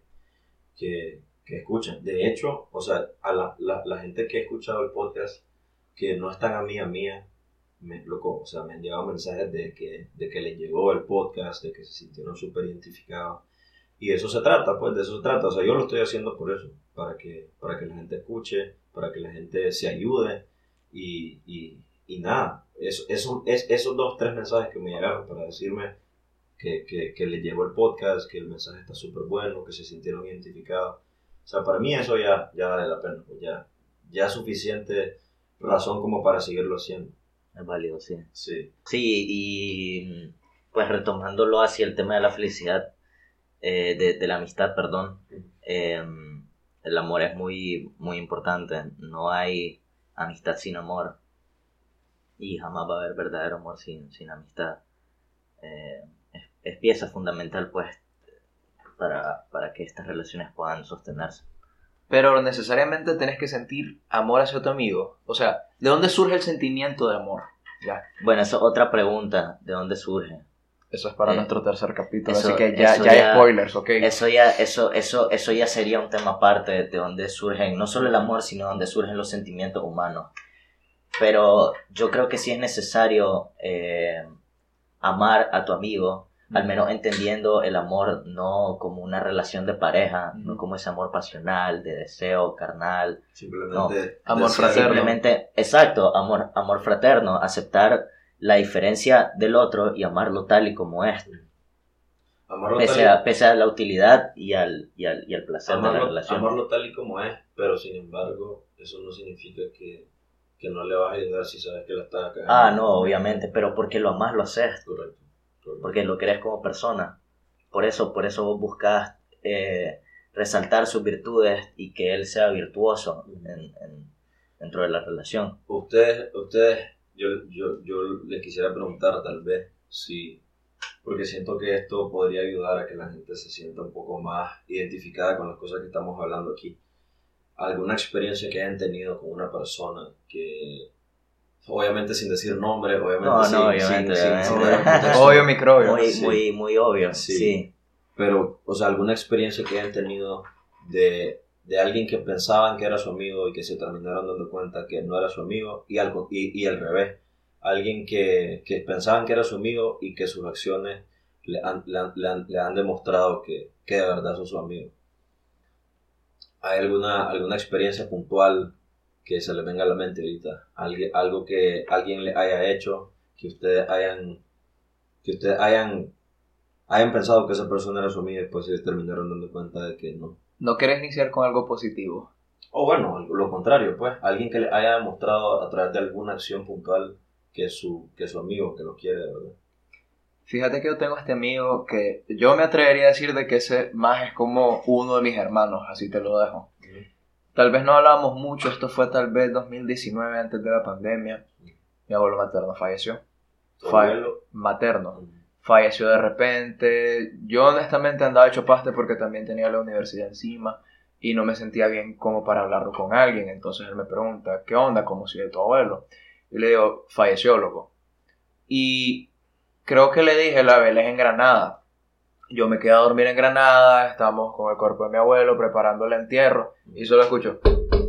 que, que escuchan. De hecho, o sea, a la, la, la gente que ha escuchado el podcast, que no están amiga mía, me, loco, o sea, me han llegado mensajes de que, de que les llegó el podcast, de que se sintieron súper identificados. Y de eso se trata, pues, de eso se trata. O sea, yo lo estoy haciendo por eso, para que, para que la gente escuche, para que la gente se ayude y, y, y nada. Eso, eso, es, esos dos, tres mensajes que me llegaron para decirme que, que, que les llegó el podcast, que el mensaje está súper bueno, que se sintieron identificados. O sea, para mí eso ya, ya vale la pena, pues ya, ya es suficiente razón como para seguirlo haciendo. Es válido, sí. Sí. Sí, y pues retomándolo hacia el tema de la felicidad, eh, de, de la amistad, perdón, eh, el amor es muy, muy importante. No hay amistad sin amor y jamás va a haber verdadero amor sin, sin amistad. Eh, es, es pieza fundamental, pues, para, para que estas relaciones puedan sostenerse. Pero necesariamente tenés que sentir amor hacia tu amigo. O sea, ¿de dónde surge el sentimiento de amor? Ya, Bueno, eso es otra pregunta, ¿de dónde surge? eso es para Eh, nuestro tercer capítulo, eso- así que ya, eso ya hay ya- spoilers, ¿ok? Eso ya, eso, eso, eso ya sería un tema aparte de, de donde surgen, no solo el amor, sino donde surgen los sentimientos humanos. Pero yo creo que sí es necesario eh, amar a tu amigo, al menos entendiendo el amor no como una relación de pareja, Ujú. no como ese amor pasional, de deseo, carnal. Simplemente... Amor desear- fraterno. Simplemente, exacto, amor, amor fraterno, aceptar la diferencia del otro y amarlo tal y como es, Amarlo pese tal y- a, pese a la utilidad y al, y al, y al placer de la amarlo, relación. amarlo tal y como es, pero sin embargo, eso no significa que, que no le vas a ayudar si sabes que la estás cagando. Ah, no, obviamente, pero porque lo amas lo haces, Correcto. correcto. porque lo querés como persona. Por eso, por eso vos buscás eh, resaltar sus virtudes y que él sea virtuoso en, en, dentro de la relación. Ustedes, ustedes yo, yo, yo les quisiera preguntar tal vez si, porque siento que esto podría ayudar a que la gente se sienta un poco más identificada con las cosas que estamos hablando aquí. ¿Alguna experiencia que hayan tenido con una persona que, obviamente sin decir nombre, obviamente No, sin, no, obviamente, sin, obviamente. sin, sin dar contexto, Obvio microbio. Muy, Sí. muy, muy obvio, Sí. sí. pero, o sea, alguna experiencia que hayan tenido de, de alguien que pensaban que era su amigo y que se terminaron dando cuenta que no era su amigo, y al, y, y al revés, alguien que, que pensaban que era su amigo y que sus acciones le han, le han, le han, le han demostrado que, que de verdad son su amigo. ¿Hay alguna, alguna experiencia puntual que se le venga a la mente ahorita? Algo, algo que alguien le haya hecho, que ustedes hayan, que ustedes hayan, hayan pensado que esa persona era su amiga y después se terminaron dando cuenta de que no. No querés iniciar con algo positivo. O bueno, lo contrario, pues, alguien que le haya demostrado a través de alguna acción puntual que es su, que es su amigo, que lo quiere de verdad. Fíjate que yo tengo este amigo que yo me atrevería a decir de que ese más es como uno de mis hermanos, así te lo dejo. Uh-huh. Tal vez no hablábamos mucho, esto fue tal vez dos mil diecinueve, antes de la pandemia. Mi abuelo materno falleció. ¿Tu Fa- abuelo? Materno. Uh-huh. Falleció de repente. Yo honestamente andaba hecho paste porque también tenía la universidad encima y no me sentía bien como para hablarlo con alguien. Entonces él me pregunta, ¿qué onda? ¿Cómo sigue tu abuelo? Y le digo, falleció, loco. Y creo que le dije, la vela es en Granada. Yo me quedé a dormir en Granada, estamos con el cuerpo de mi abuelo preparando el entierro y solo escucho.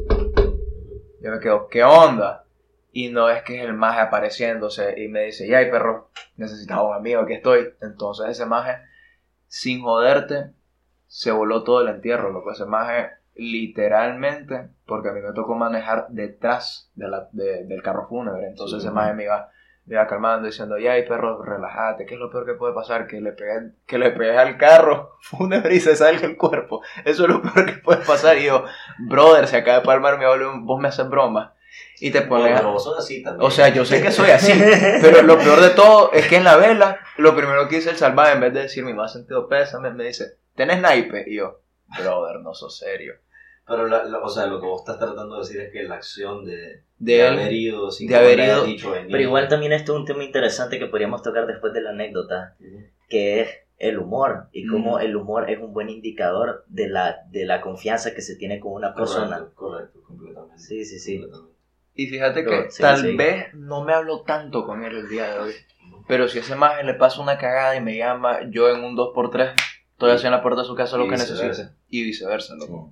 Yo me quedo, ¿qué onda? Y no es que es el maje apareciéndose y me dice, ya, perro, necesitaba un amigo, aquí estoy. Entonces ese maje, sin joderte, se voló todo el entierro, loco. Ese maje, literalmente, porque a mí me tocó manejar detrás de la, de, del carro fúnebre. Entonces Sí, ese maje me iba, me iba calmando diciendo, ya, perro, relájate, ¿qué es lo peor que puede pasar? Que le pegues, que le pegues al carro fúnebre y se salga el cuerpo. Eso es lo peor que puede pasar. Y yo, brother, se acaba de palmar mi abuelo, vos me haces broma. Y te pones... Bueno, pero vos sos así también. O sea, yo sé que soy así, pero lo peor de todo es que en la vela, lo primero que dice el salvaje, en vez de decirme, me ha sentido pésame, me dice, ¿tenés naipe? Y yo, brother, no sos serio. Pero, la, la, o sea, lo que vos estás tratando de decir es que la acción de, De de él, haber ido, sin de que haber le hayas ido, dicho venir. Pero igual también esto es un tema interesante que podríamos tocar después de la anécdota, Uh-huh. que es el humor y cómo Mm. el humor es un buen indicador de la, de la confianza que se tiene con una persona. Correcto, correcto, completamente. Sí, sí, sí. Completamente. Y fíjate que Pero, sí, tal sí. vez no me hablo tanto con él el día de hoy, pero si a ese maje le pasa una cagada y me llama, yo en un dos por tres estoy así en la puerta de su casa lo Y que viceversa. necesite. Y viceversa, loco.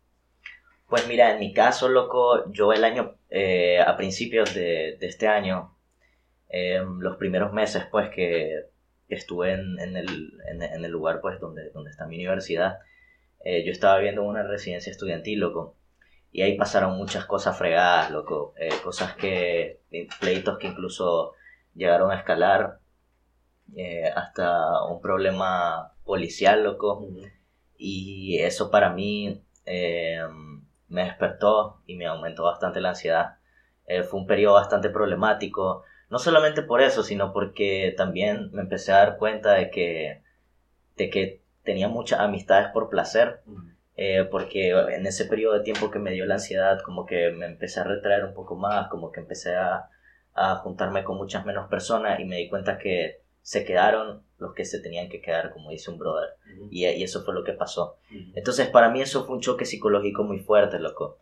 Pues mira, en mi caso, loco, yo el año, eh, a principios de, de este año, eh, los primeros meses, pues, que estuve en, en, el, en, en el lugar, pues, donde, donde está mi universidad, eh, yo estaba viviendo en una residencia estudiantil, loco, y ahí pasaron muchas cosas fregadas, loco, eh, cosas que, pleitos que incluso llegaron a escalar, eh, hasta un problema policial, loco, Uh-huh. y eso para mí eh, me despertó y me aumentó bastante la ansiedad. Eh, fue un periodo bastante problemático, no solamente por eso, sino porque también me empecé a dar cuenta de que, de que tenía muchas amistades por placer, Uh-huh. eh, porque en ese periodo de tiempo que me dio la ansiedad, como que me empecé a retraer un poco más, como que empecé a, a juntarme con muchas menos personas y me di cuenta que se quedaron los que se tenían que quedar, como dice un brother, Uh-huh. y, y eso fue lo que pasó. Uh-huh. Entonces para mí eso fue un choque psicológico muy fuerte, loco.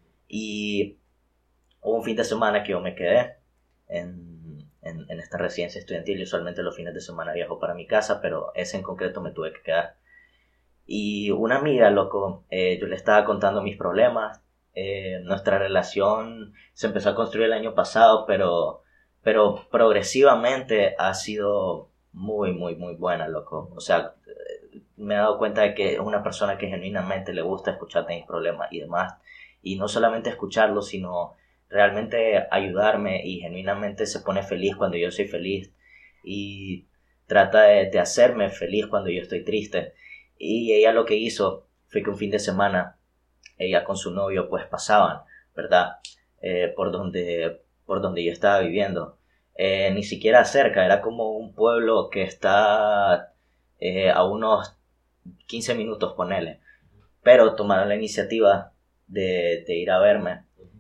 Y hubo un fin de semana que yo me quedé en, en, en esta residencia estudiantil. Yo usualmente los fines de semana viajo para mi casa, pero ese en concreto me tuve que quedar. Y una amiga, loco, eh, yo le estaba contando mis problemas. Eh, nuestra relación se empezó a construir el año pasado, pero, pero progresivamente ha sido muy, muy, muy buena, loco. O sea, me he dado cuenta de que es una persona que genuinamente le gusta escuchar de mis problemas y demás. Y no solamente escucharlos, sino realmente ayudarme, y genuinamente se pone feliz cuando yo soy feliz y trata de, de hacerme feliz cuando yo estoy triste. Y ella lo que hizo fue que un fin de semana ella con su novio pues pasaban, ¿verdad? Eh, por donde, por donde yo estaba viviendo. Eh, ni siquiera cerca, era como un pueblo que está eh, a unos quince minutos, ponele. pero tomaron la iniciativa de, de ir a verme.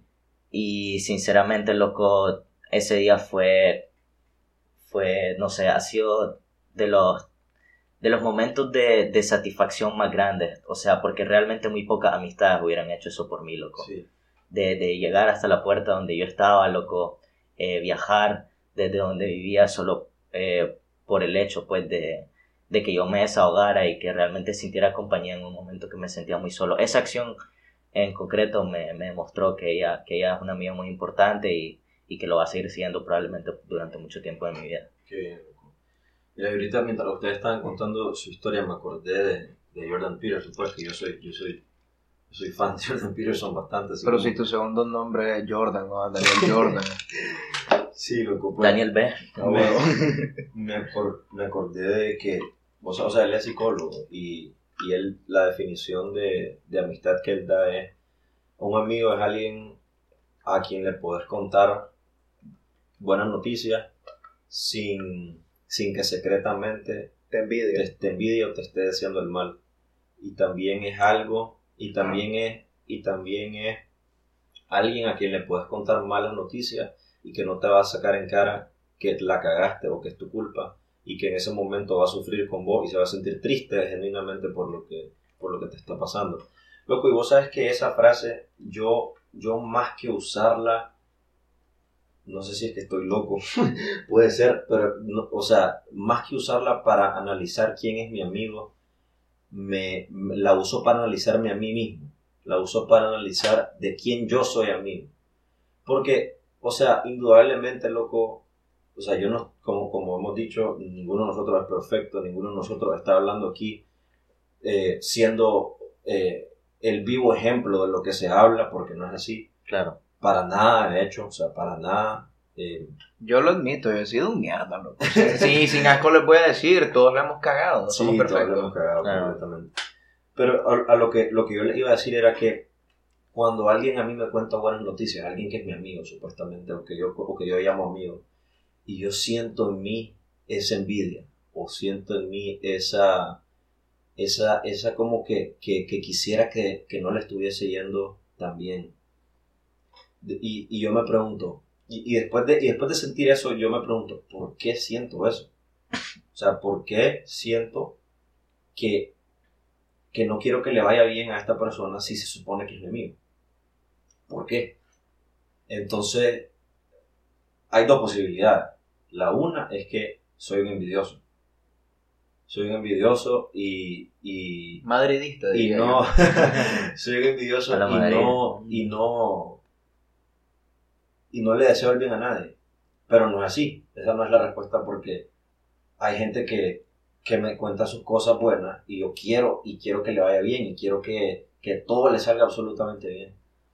Y sinceramente, loco, ese día fue, fue, no sé, ha sido de los, de los momentos de, de satisfacción más grandes. O sea, porque realmente muy pocas amistades hubieran hecho eso por mí, loco. Sí. De, de llegar hasta la puerta donde yo estaba, loco, eh, viajar desde donde vivía solo eh, por el hecho, pues, de, de que yo me desahogara y que realmente sintiera compañía en un momento que me sentía muy solo. Esa acción en concreto me, me demostró que ella, que ella es una amiga muy importante y, y que lo va a seguir siendo probablemente durante mucho tiempo de mi vida. Qué bien, loco. Mira, ahorita mientras ustedes estaban contando su historia me acordé de, de Jordan Peterson, pues que yo soy, yo soy, yo soy fan de Jordan Peterson bastante. Pero como... si tu segundo nombre es Jordan, ¿no? Daniel Jordan. Sí, loco. Pues, Daniel B. Ah, bueno, me, acor- me acordé de que, o sea, o sea, él es psicólogo y, y él, la definición de, de amistad que él da es, un amigo es alguien a quien le puedes contar buenas noticias sin, sin que secretamente Te envidio. te, te envidie o te esté deseando el mal. Y también es algo, y también es, y también es alguien a quien le puedes contar malas noticias y que no te va a sacar en cara que la cagaste o que es tu culpa y que en ese momento va a sufrir con vos y se va a sentir triste genuinamente por lo que, por lo que te está pasando. Loco, y vos sabes que esa frase, yo, yo más que usarla, no sé si es que estoy loco, puede ser, pero, no, o sea, más que usarla para analizar quién es mi amigo, me, me la uso para analizarme a mí mismo, la uso para analizar de quién yo soy amigo. Porque, o sea, indudablemente, loco, o sea, yo no, como, como hemos dicho, ninguno de nosotros es perfecto, ninguno de nosotros está hablando aquí eh, siendo eh, el vivo ejemplo de lo que se habla, porque no es así. Claro. Para nada, de hecho, o sea, para nada. Eh, Yo lo admito, yo he sido un mierda, loco. Sí, sin asco les voy a decir, todos la hemos cagado, no somos sí, todos lo perfectos. hemos cagado Claro. completamente. Pero a, a lo, que, lo que yo les iba a decir era que cuando alguien a mí me cuenta buenas noticias, alguien que es mi amigo supuestamente, o que yo, o que yo llamo amigo, y yo siento en mí esa envidia, o siento en mí esa, esa, esa como que, que, que quisiera que, que no le estuviese yendo tan bien. Y, y yo me pregunto, y, y, después de, y después de sentir eso, yo me pregunto, ¿por qué siento eso? O sea, ¿por qué siento que, que no quiero que le vaya bien a esta persona si se supone que es mi amigo? ¿Por qué? Entonces, hay dos posibilidades. La una es que soy un envidioso. Soy un envidioso y... y Madridista, y diría no... yo. soy un envidioso A la y Madrid. no, y no... y no le deseo el bien a nadie. Pero no es así. Esa no es la respuesta porque hay gente que, que me cuenta sus cosas buenas y yo quiero, y quiero que le vaya bien y quiero que, que todo le salga absolutamente bien.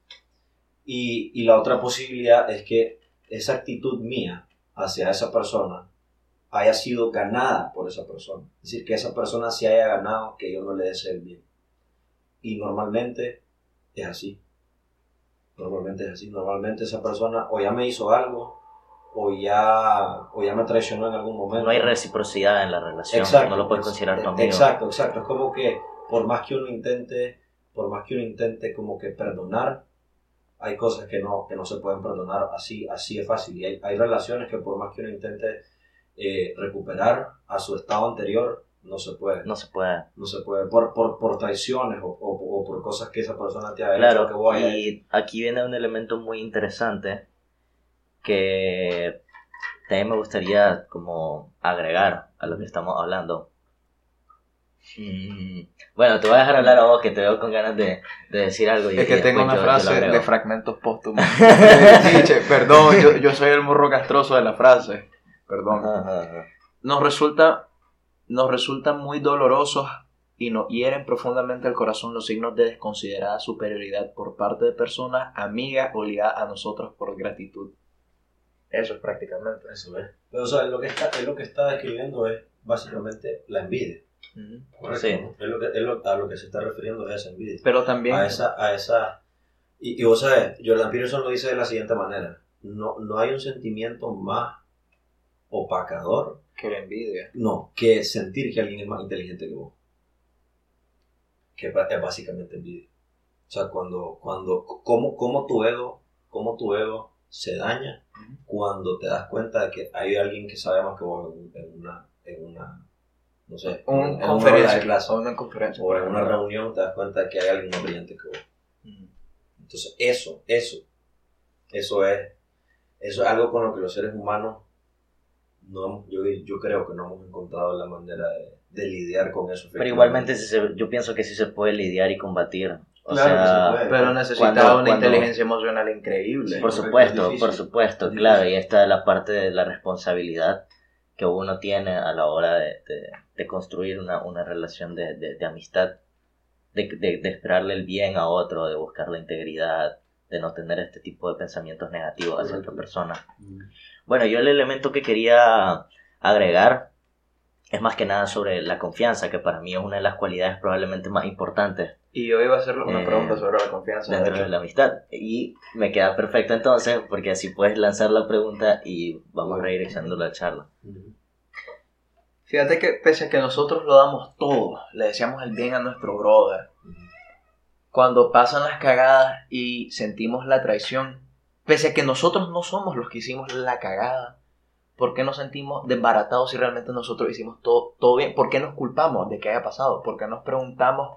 Y, y la otra posibilidad es que esa actitud mía hacia esa persona haya sido ganada por esa persona. Es decir, que esa persona se haya ganado que yo no le desee el bien. Y normalmente es así. Normalmente es así. Normalmente esa persona o ya me hizo algo o ya, o ya me traicionó en algún momento. No hay reciprocidad en la relación. Exacto, no lo puedes considerar tu amigo. Exacto, exacto. Es como que por más que uno intente, por más que uno intente como que perdonar, hay cosas que no, que no se pueden perdonar así, así de fácil. Y hay, hay relaciones que por más que uno intente eh, recuperar a su estado anterior, no se puede. No se puede. No se puede. Por, por, por traiciones o, o, o por cosas que esa persona te ha Claro, hecho. Que vos hayas hecho. y aquí viene un elemento muy interesante que también me gustaría como agregar a lo que estamos hablando. Mm, Bueno, te voy a dejar hablar a vos, que te veo con ganas de, de decir algo. Y, Es que y tengo después una yo- yo lo frase agrego. de fragmentos póstumos. Sí, che, perdón, yo, yo soy el morro castroso de la frase. Perdón. Ajá, ajá, ajá. Nos resulta, nos resultan muy dolorosos y nos hieren profundamente el corazón los signos de desconsiderada superioridad por parte de personas amigas o ligadas a nosotros por gratitud. Eso es prácticamente. Eso es. Pero, o sea, lo que está, es lo que está describiendo es básicamente la envidia. Ujú. Correcto, Sí. ¿no? Es lo que, es lo, a lo que se está refiriendo es esa envidia. Pero también... A esa, a esa, y, y vos sabes, Jordan Peterson lo dice de la siguiente manera: no, no hay un sentimiento más opacador, Que la envidia. no, que sentir que alguien es más inteligente que vos. que es básicamente envidia. O sea, cuando, cuando, cómo, cómo tu ego, cómo tu ego se daña cuando te das cuenta de que hay alguien que sabe más que vos en una, en una, no sé, Un en, en conferencia, una de clase, o una conferencia. o en una reunión te das cuenta de que hay alguien más brillante que vos. Ujú. Entonces, eso, eso, eso es, eso es algo con lo que los seres humanos, no, hemos- yo, yo creo que no hemos encontrado la manera de, de lidiar con eso. Pero igualmente sí se- yo pienso que sí se puede lidiar y combatir. O Claro que sea, se puede. Pero necesitaba Cuando- una cuando- inteligencia emocional increíble. por correcto, supuesto, es difícil, por supuesto, es claro, difícil. y esta es la parte de la responsabilidad que uno tiene a la hora de, de- de construir una, una relación de, de- de amistad, de, de- de esperarle el bien a otro, de buscar la integridad, de no tener este tipo de pensamientos negativos hacia Correcto. otra persona. Mm. Bueno, yo el elemento que quería agregar es más que nada sobre la confianza, que para mí es una de las cualidades probablemente más importantes Y yo iba a hacer una Eh, pregunta sobre la confianza. de dentro hecho. de la amistad. Y me queda perfecto entonces, porque así puedes lanzar la pregunta y vamos redireccionando la charla. Mm. Fíjate que pese a que nosotros lo damos todo, le deseamos el bien a nuestro brother, cuando pasan las cagadas y sentimos la traición, pese a que nosotros no somos los que hicimos la cagada, ¿por qué nos sentimos desbaratados si realmente nosotros hicimos todo, todo bien? ¿Por qué nos culpamos de que haya pasado? ¿Por qué nos preguntamos,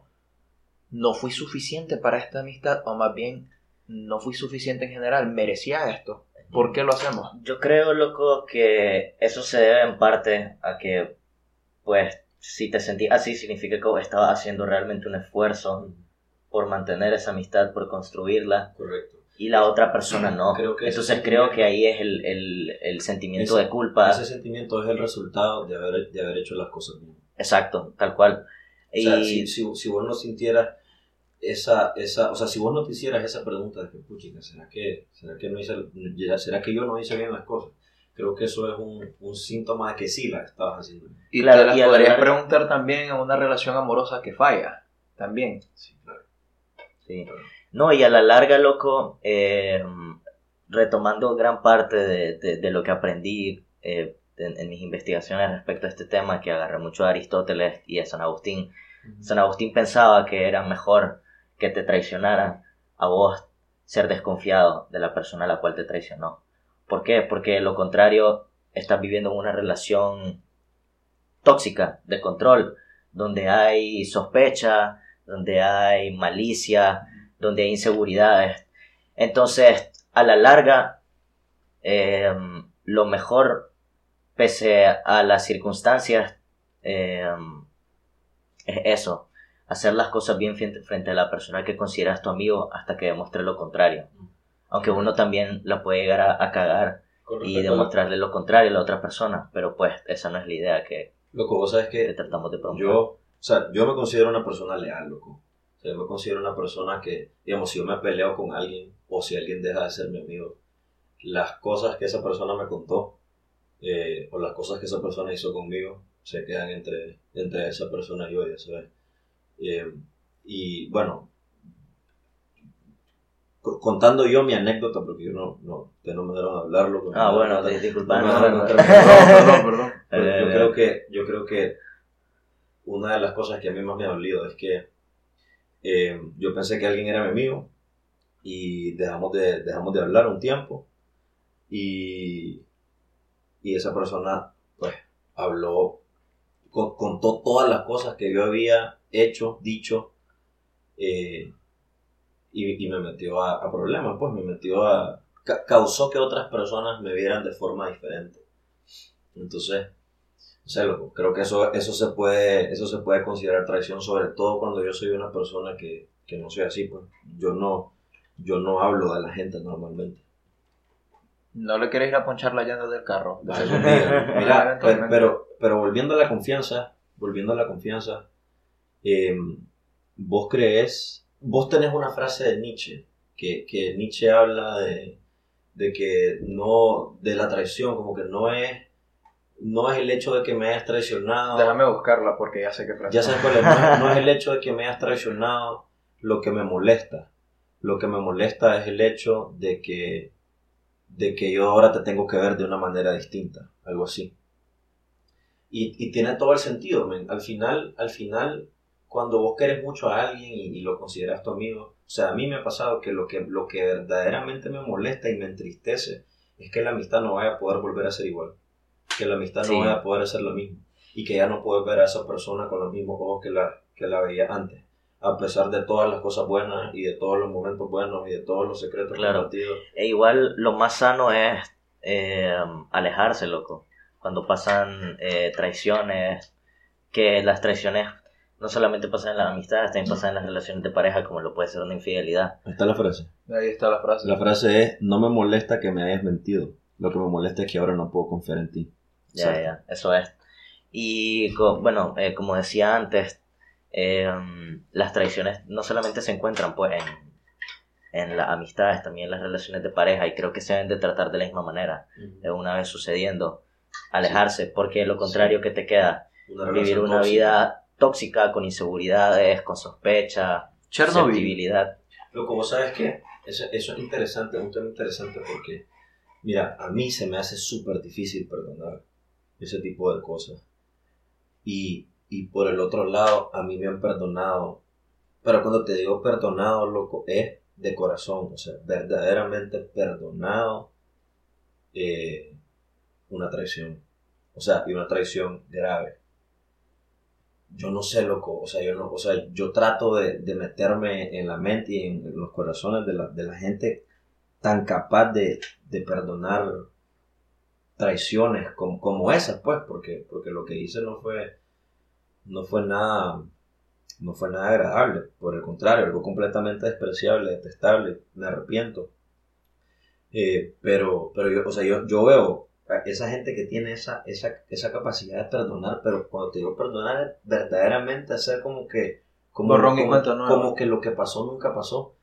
no fui suficiente para esta amistad? O más bien, no fui suficiente en general, merecía esto. ¿Por qué lo hacemos? Yo creo, loco, que eso se debe en parte a que, pues, si te sentís así, significa que estabas haciendo realmente un esfuerzo por mantener esa amistad, por construirla, Correcto. y la otra persona no. Creo que ese Entonces sentimiento- creo que ahí es el, el, el sentimiento Ese- de culpa. Ese sentimiento es el resultado de haber, de haber hecho las cosas bien. Exacto, tal cual. O sea, Y si, si, si vos no sintieras esa, esa, o sea, si vos no te hicieras esa pregunta de que, puchica, ¿será que, será que no hice, será que yo no hice bien las cosas? Creo que eso es un, un síntoma de que sí las estabas haciendo bien. Y Claro, te las y a la podrías larga- preguntar también en una relación amorosa que falla. También. Sí, claro. sí. No, y a la larga, loco, eh, retomando gran parte de, de, de lo que aprendí eh, en, en mis investigaciones respecto a este tema, que agarré mucho de Aristóteles y de San Agustín. San Agustín pensaba que era mejor que te traicionaran a vos ser desconfiado de la persona a la cual te traicionó. ¿Por qué? Porque lo contrario, estás viviendo una relación tóxica, de control, donde hay sospecha, donde hay malicia, donde hay inseguridades. Entonces, a la larga, eh, lo mejor, pese a las circunstancias, eh, es eso, hacer las cosas bien frente, frente a la persona que consideras tu amigo hasta que demuestre lo contrario. Aunque uno también la puede llegar a, a cagar Con y respecto a lo- demostrarle lo contrario a la otra persona, pero pues esa no es la idea que, Loco, vos sabes que que tratamos de promover. yo, o sea, yo me considero una persona leal, loco. O sea, yo me considero una persona que, digamos, si yo me peleo con alguien o si alguien deja de ser mi amigo, las cosas que esa persona me contó eh, o las cosas que esa persona hizo conmigo se quedan entre, entre esa persona y yo, ya sabes. Eh, y bueno, co- contando yo mi anécdota, porque yo no, no, ustedes no me dejaron hablarlo. Ah, no me bueno, dejaron- di- disculpa. no me no, dejaron no, contar mi Perdón, perdón, perdón. Pero Eh, yo creo que yo creo que una de las cosas que a mí más me ha dolido es que eh, yo pensé que alguien era mi amigo y dejamos de, dejamos de hablar un tiempo y, y esa persona pues habló, con- contó todas las cosas que yo había hecho, dicho eh, y, y me metió a, a problemas, pues me metió a... ca- causó que otras personas me vieran de forma diferente. Entonces, o sea, loco, creo que eso, eso, se puede, eso se puede considerar traición, sobre todo cuando yo soy una persona que, que no soy así, pues. Yo no, yo no hablo de la gente normalmente. No le querés ir a ponchar la llanta del carro. Ay, Dios mío. Mira, pero, Eventualmente. pero, pero volviendo a la confianza, volviendo a la confianza, eh, vos crees, vos tenés una frase de Nietzsche, que, que Nietzsche habla de, de que no, de la traición, como que no es, no es el hecho de que me hayas traicionado. Déjame buscarla porque ya sé qué frase. Ya sabes cuál es, no es, no es el hecho de que me hayas traicionado lo que me molesta. Lo que me molesta es el hecho de que, de que yo ahora te tengo que ver de una manera distinta, algo así. Y, y tiene todo el sentido, men. Al final, al final, cuando vos querés mucho a alguien y, y lo consideras tu amigo, o sea, a mí me ha pasado que lo que, lo que verdaderamente me molesta y me entristece es que la amistad no vaya a poder volver a ser igual, que la amistad Sí. no vaya a poder ser lo mismo y que ya no puedes ver a esa persona con los mismos ojos que la, que la veía antes, a pesar de todas las cosas buenas y de todos los momentos buenos y de todos los secretos Claro. compartidos. E igual lo más sano es eh, alejarse, loco. Cuando pasan eh, traiciones, que las traiciones no solamente pasan en las amistades, también pasan en las relaciones de pareja, como lo puede ser una infidelidad. Ahí está la frase. Ahí está la frase. La frase es, no me molesta que me hayas mentido, lo que me molesta es que ahora no puedo confiar en ti. Ya, Exacto. ya, eso es. Y co- bueno, eh, como decía antes, eh, las traiciones no solamente se encuentran pues en, en las amistades, también en las relaciones de pareja, y creo que se deben de tratar de la misma manera, eh, una vez sucediendo, alejarse, porque lo contrario que te queda, Una vivir relación una tóxica. vida tóxica, con inseguridades, con sospecha, Chernobyl. susceptibilidad. Loco, vos sabes qué, eso, eso es interesante, es un tema interesante porque, mira, a mí se me hace súper difícil perdonar ese tipo de cosas. Y, y por el otro lado, a mí me han perdonado. Pero cuando te digo perdonado, loco, es de corazón, o sea, verdaderamente perdonado eh, una traición. O sea, y una traición grave. Yo no sé, loco, o sea, yo no, o sea, yo trato de, de meterme en la mente y en, en los corazones de la, de la gente tan capaz de, de perdonar traiciones como, como esas, pues, porque, porque lo que hice no fue, no fue nada, no fue nada agradable, por el contrario, algo completamente despreciable, detestable, me arrepiento. Eh, pero, pero yo, o sea, yo, yo veo a esa gente que tiene esa, esa, esa capacidad de perdonar, pero cuando te digo perdonar, es verdaderamente hacer como que, como, Borrón y como, cuenta nueva. como que lo que pasó nunca pasó.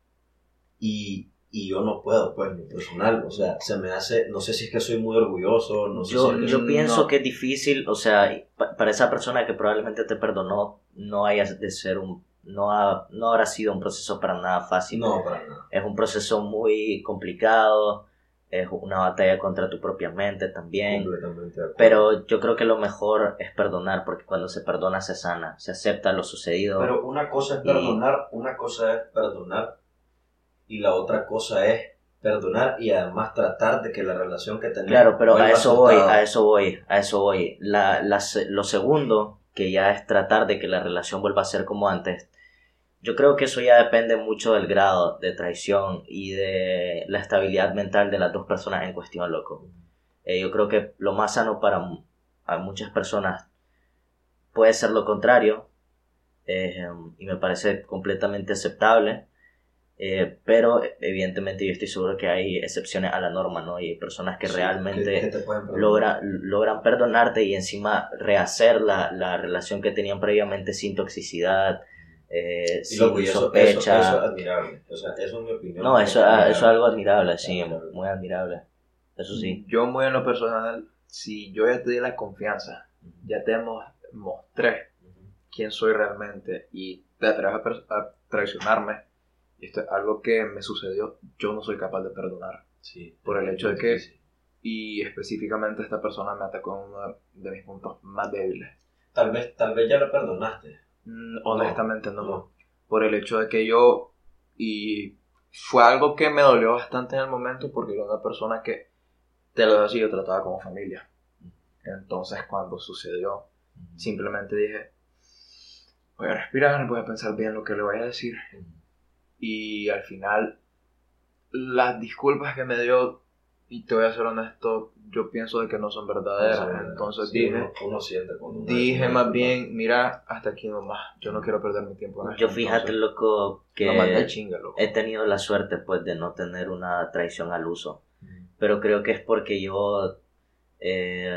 Y, y yo no puedo, pues, mi personal, o sea, se me hace, no sé si es que soy muy orgulloso, no sé Yo, si es que yo soy- pienso no. que es difícil, o sea, pa- para esa persona que probablemente te perdonó, no haya de ser un, no, ha, no habrá sido un proceso para nada fácil. no, para nada. Es un proceso muy complicado, es una batalla contra tu propia mente también. Completamente de acuerdo. Pero yo creo que lo mejor es perdonar, porque cuando se perdona se sana, se acepta lo sucedido. Pero una cosa es Y- perdonar, una cosa es perdonar y la otra cosa es perdonar y además tratar de que la relación que tenés Claro, pero a vuelva eso su voy, estado. a eso voy, a eso voy. La, la se- lo segundo, que ya es tratar de que la relación vuelva a ser como antes, yo creo que eso ya depende mucho del grado de traición y de la estabilidad mental de las dos personas en cuestión, loco. Eh, yo creo que lo más sano para mu- a muchas personas puede ser lo contrario, eh, y me parece completamente aceptable. Eh, pero evidentemente yo estoy seguro que hay excepciones a la norma, ¿no? Y hay personas que Sí, realmente que- que te pueden perdonar. logra, logran perdonarte y encima rehacer la, la relación que tenían previamente sin toxicidad, eh, Y sin loco, y eso, eso, sospecha. eso es admirable. O sea, eso es mi opinión. No, eso, Es ah, admirable. eso es algo admirable, sí, Admirable. muy admirable. Eso sí. Yo muy en lo personal, si yo ya te di la confianza, ya te mo- mostré Ujú. quién soy realmente y te atreves a, per- a traicionarme, y esto es algo que me sucedió, yo no soy capaz de perdonar. Sí, Por el es hecho de muy que- difícil. Y específicamente esta persona me atacó en uno de mis puntos más débiles. Tal vez, tal vez ya lo perdonaste. Mm, honestamente no. no. Por el hecho de que yo, y fue algo que me dolió bastante en el momento porque era una persona que, te lo decía, yo trataba como familia. Entonces cuando sucedió, simplemente dije, voy a respirar, voy a pensar bien lo que le voy a decir. Y al final, las disculpas que me dio, y te voy a ser honesto, yo pienso de que no son verdaderas. Entonces Sí, dije, uno, uno siente cuando uno- dije uno- más bien, mira, hasta aquí nomás, yo no quiero perder mi tiempo en esto. Yo fíjate, Entonces, loco, lo mandé que chinga, loco. he tenido la suerte pues de no tener una traición al uso. Ujú. Pero creo que es porque yo eh,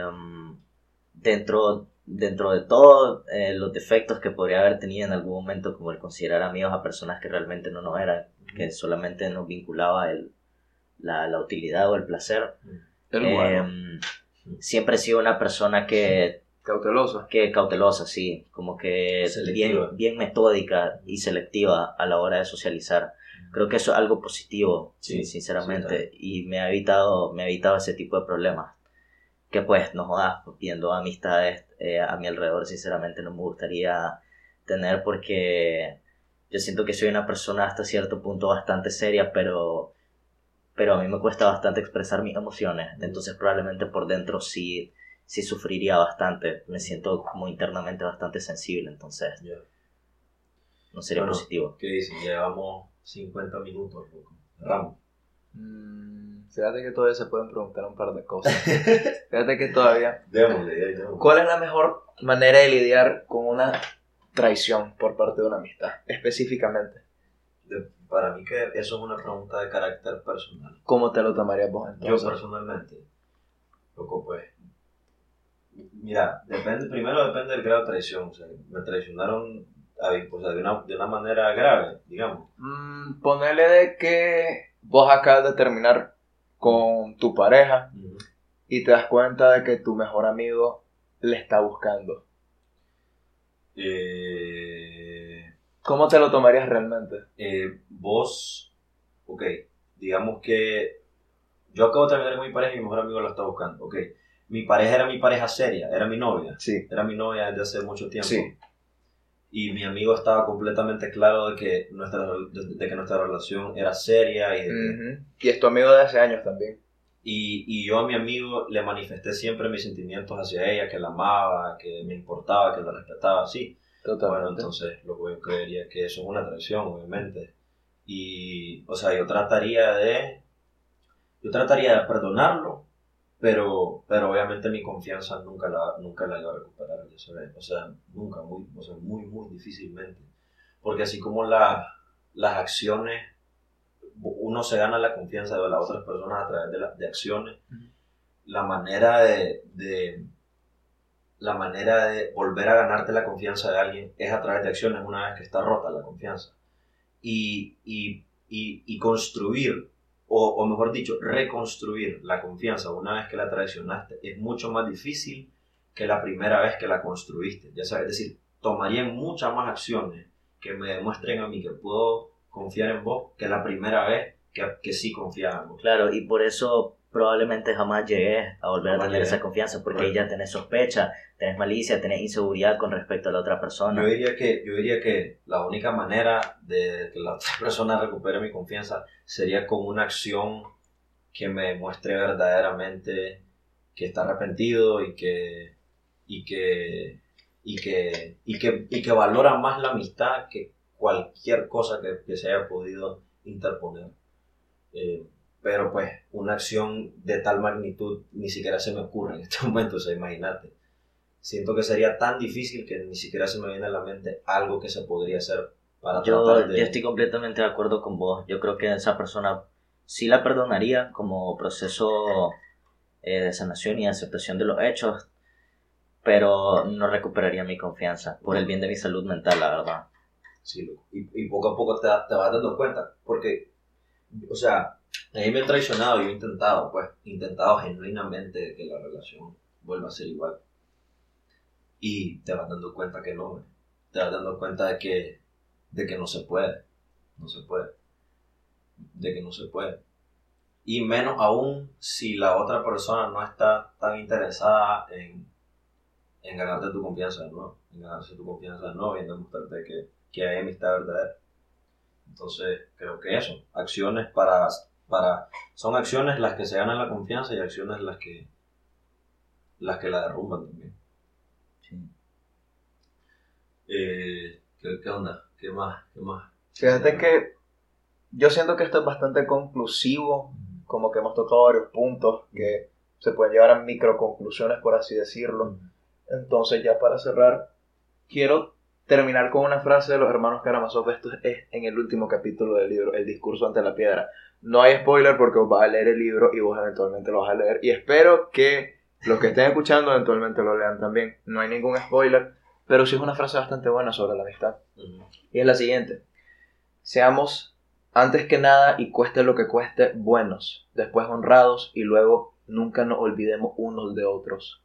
dentro, dentro de todos eh, los defectos que podría haber tenido en algún momento, como el considerar amigos a personas que realmente no nos eran, que solamente nos vinculaba el, la, la utilidad o el placer, El eh, bueno, siempre he sido una persona que, cauteloso. que cautelosa, sí, como que Selectiva. bien, bien metódica y selectiva a la hora de socializar. Creo que eso es algo positivo, Sí, sinceramente, sí, y me ha evitado, me ha evitado ese tipo de problemas. Que pues, no jodas, viendo amistades eh, a mi alrededor, sinceramente no me gustaría tener porque yo siento que soy una persona hasta cierto punto bastante seria, pero, pero a mí me cuesta bastante expresar mis emociones, entonces probablemente por dentro sí, sí sufriría bastante, me siento como internamente bastante sensible, entonces Ya. no sería Bueno, positivo. ¿qué dicen? Llevamos cincuenta minutos, loco. Cerramos. Mm, fíjate que todavía se pueden preguntar un par de cosas. Fíjate que todavía... Démosle, ya, démosle. ¿Cuál es la mejor manera de lidiar con una traición por parte de una amistad? Específicamente. De- para mí que eso es una pregunta de carácter personal. ¿Cómo te lo tomarías vos entonces? Yo personalmente, loco, pues, mira, depende, primero depende del grado de traición. O sea, me traicionaron a mí, o sea, de, una, de una manera grave, digamos. Mm, ponele de que vos acabas de terminar con tu pareja Ujú. y te das cuenta de que tu mejor amigo le está buscando. Eh, ¿Cómo te lo tomarías realmente? eh, vos, ok, digamos que yo acabo de terminar con mi pareja y mi mejor amigo la está buscando, ok. Mi pareja era mi pareja seria, era mi novia, Sí. era mi novia desde hace mucho tiempo. Sí. Y mi amigo estaba completamente claro de que nuestra, de, de que nuestra relación era seria y de que, Ujú. Y es tu amigo de hace años también. y, y yo a mi amigo le manifesté siempre mis sentimientos hacia ella, que la amaba, que me importaba, que la respetaba, sí. Totalmente. Bueno, entonces lo que yo creería que eso es una traición, obviamente. Y, o sea, yo trataría de, yo trataría de perdonarlo, pero, pero obviamente mi confianza nunca la, nunca la iba a recuperar, ya sabes. O sea, nunca, muy, o sea, muy, muy difícilmente. Porque así como la, las acciones, uno se gana la confianza de las otras personas a través de, la, de acciones, Ujú. la manera de, de la manera de volver a ganarte la confianza de alguien es a través de acciones una vez que está rota la confianza. Y, y, y, y construir, o, o mejor dicho, reconstruir la confianza una vez que la traicionaste es mucho más difícil que la primera vez que la construiste. Ya sabes, es decir, tomarían muchas más acciones que me demuestren a mí que puedo confiar en vos que la primera vez que, que sí confiaba en vos. Claro, y por eso probablemente jamás llegues a volver Jamás a tener llegué. esa confianza, porque ahí Correcto. ya tenés sospecha, tenés malicia, tenés inseguridad con respecto a la otra persona. Yo diría que, yo diría que la única manera de que la otra persona recupere mi confianza sería con una acción que me demuestre verdaderamente que está arrepentido y que, y que, y que, y que, y que valora más la amistad que cualquier cosa que, que se haya podido interponer. Eh, pero pues una acción de tal magnitud ni siquiera se me ocurre en este momento, o sea, imagínate. Siento que sería tan difícil que ni siquiera se me viene a la mente algo que se podría hacer para Yo, tratar de... yo estoy completamente de acuerdo con vos. Yo creo que esa persona sí la perdonaría como proceso eh, de sanación y aceptación de los hechos, pero no recuperaría mi confianza por el bien de mi salud mental, la verdad. Sí, loco. Y, y poco a poco te, te vas dando cuenta, porque, o sea, a mí me han traicionado y yo he intentado, pues, he intentado genuinamente que la relación vuelva a ser igual. Y te vas dando cuenta que no, man. Te vas dando cuenta de que, de que no se puede, no se puede, de que no se puede. Y menos aún si la otra persona no está tan interesada en, en ganarte tu confianza de nuevo, en ganarse tu confianza de nuevo y en demostrarte que, que hay amistad verdadera. Entonces, creo que eso, acciones para, para, son acciones las que se ganan la confianza y acciones las que, las que la derrumban también. Sí. Eh, ¿qué, ¿Qué onda? ¿Qué más? ¿Qué más? Fíjate que yo siento que esto es bastante conclusivo, como que hemos tocado varios puntos que se pueden llevar a microconclusiones, por así decirlo. Entonces, ya para cerrar, quiero terminar con una frase de los hermanos Karamazov. Esto es en el último capítulo del libro, El discurso ante la piedra. No hay spoiler porque os vas a leer el libro y vos eventualmente lo vas a leer. Y espero que los que estén escuchando eventualmente lo lean también. No hay ningún spoiler, pero sí es una frase bastante buena sobre la amistad. Uh-huh. Y es la siguiente: seamos, antes que nada y cueste lo que cueste, buenos, después honrados y luego nunca nos olvidemos unos de otros.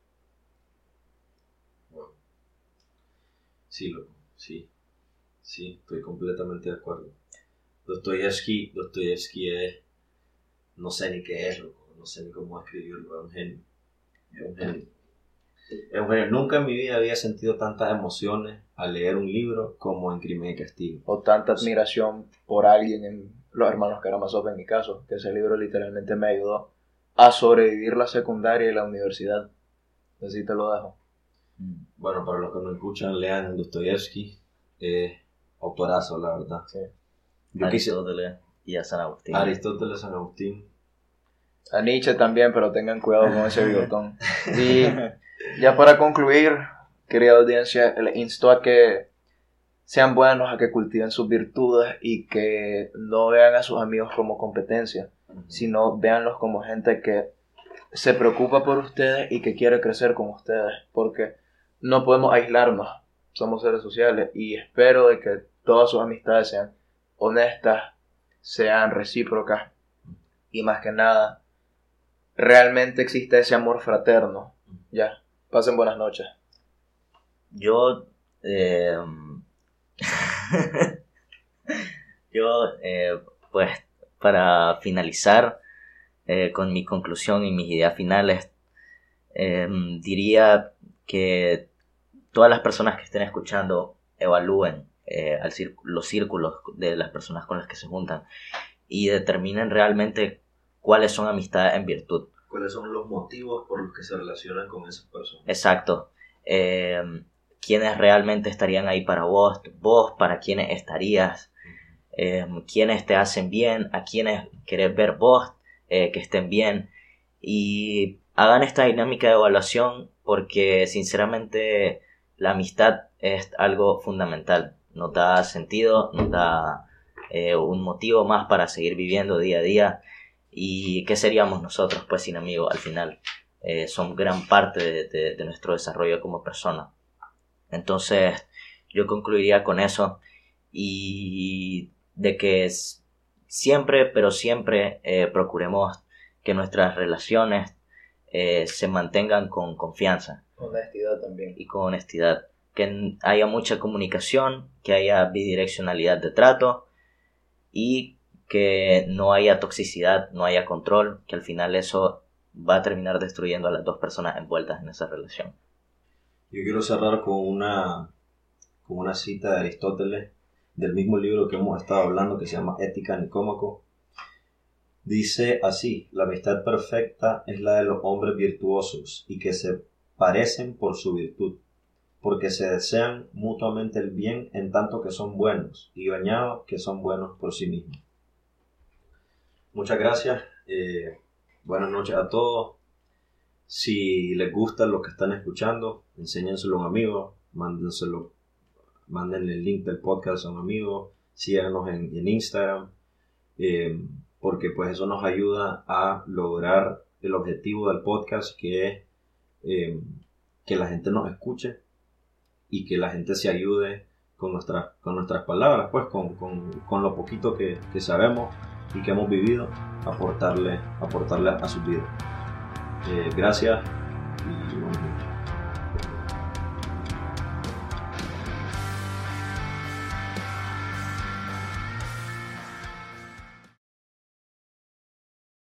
Wow. Sí, loco, sí, sí, estoy completamente de acuerdo. Dostoyevsky, Dostoyevsky es, no sé ni qué es, loco, no sé ni cómo escribirlo, es un genio, es un genio. Eugenio, nunca en mi vida había sentido tantas emociones al leer un libro como en Crimen y Castigo. O tanta admiración por alguien en Los Hermanos Karamazov, en mi caso, que ese libro literalmente me ayudó a sobrevivir la secundaria y la universidad. Así te lo dejo. Bueno, para los que no escuchan, lean Dostoyevsky. Eh, autorazo, la verdad. Sí. Yo quise... Aristóteles y a San Agustín. Aristóteles, San Agustín. A Nietzsche también, pero tengan cuidado con ese bigotón. Y ya para concluir, querida audiencia, les insto a que sean buenos, a que cultiven sus virtudes y que no vean a sus amigos como competencia, uh-huh. sino véanlos como gente que se preocupa por ustedes y que quiere crecer con ustedes, porque no podemos aislarnos, somos seres sociales, y espero de que todas sus amistades sean honestas, sean recíprocas y más que nada realmente existe ese amor fraterno. Ya, pasen buenas noches. Yo eh, yo eh, pues para finalizar eh, con mi conclusión y mis ideas finales, eh, diría que todas las personas que estén escuchando evalúen eh, al círculo, los círculos de las personas con las que se juntan y determinen realmente cuáles son amistades en virtud. ¿Cuáles son los motivos por los que se relacionan con esas personas? Exacto. Eh, ¿Quiénes realmente estarían ahí para vos? ¿Vos para quiénes estarías? Eh, ¿Quiénes te hacen bien? ¿A quiénes querés ver vos eh, que estén bien? Y hagan esta dinámica de evaluación porque sinceramente la amistad es algo fundamental. Nos da sentido, nos da eh, un motivo más para seguir viviendo día a día. ¿Y qué seríamos nosotros pues sin amigos al final? Eh, son gran parte de, de, de nuestro desarrollo como persona. Entonces yo concluiría con eso y de que es, siempre, pero siempre eh, procuremos que nuestras relaciones eh, se mantengan con confianza. Honestidad también. Y con honestidad. Que haya mucha comunicación, que haya bidireccionalidad de trato y que no haya toxicidad, no haya control, que al final eso va a terminar destruyendo a las dos personas envueltas en esa relación. Yo quiero cerrar con una, con una cita de Aristóteles, del mismo libro que hemos estado hablando, que se llama Ética Nicómaco. Dice así: la amistad perfecta es la de los hombres virtuosos y que se parecen por su virtud, porque se desean mutuamente el bien en tanto que son buenos, y bañados que son buenos por sí mismos. Muchas gracias, eh, buenas noches a todos. Si les gusta lo que están escuchando, enséñenselo a un amigo, mándenselo, mándenle el link del podcast a un amigo, síganos en, en Instagram, eh, porque pues eso nos ayuda a lograr el objetivo del podcast, que es eh, que la gente nos escuche y que la gente se ayude con nuestras, con nuestras palabras, pues con, con, con lo poquito que, que sabemos y que hemos vivido, aportarle, aportarle a sus vidas. Eh, gracias y bueno.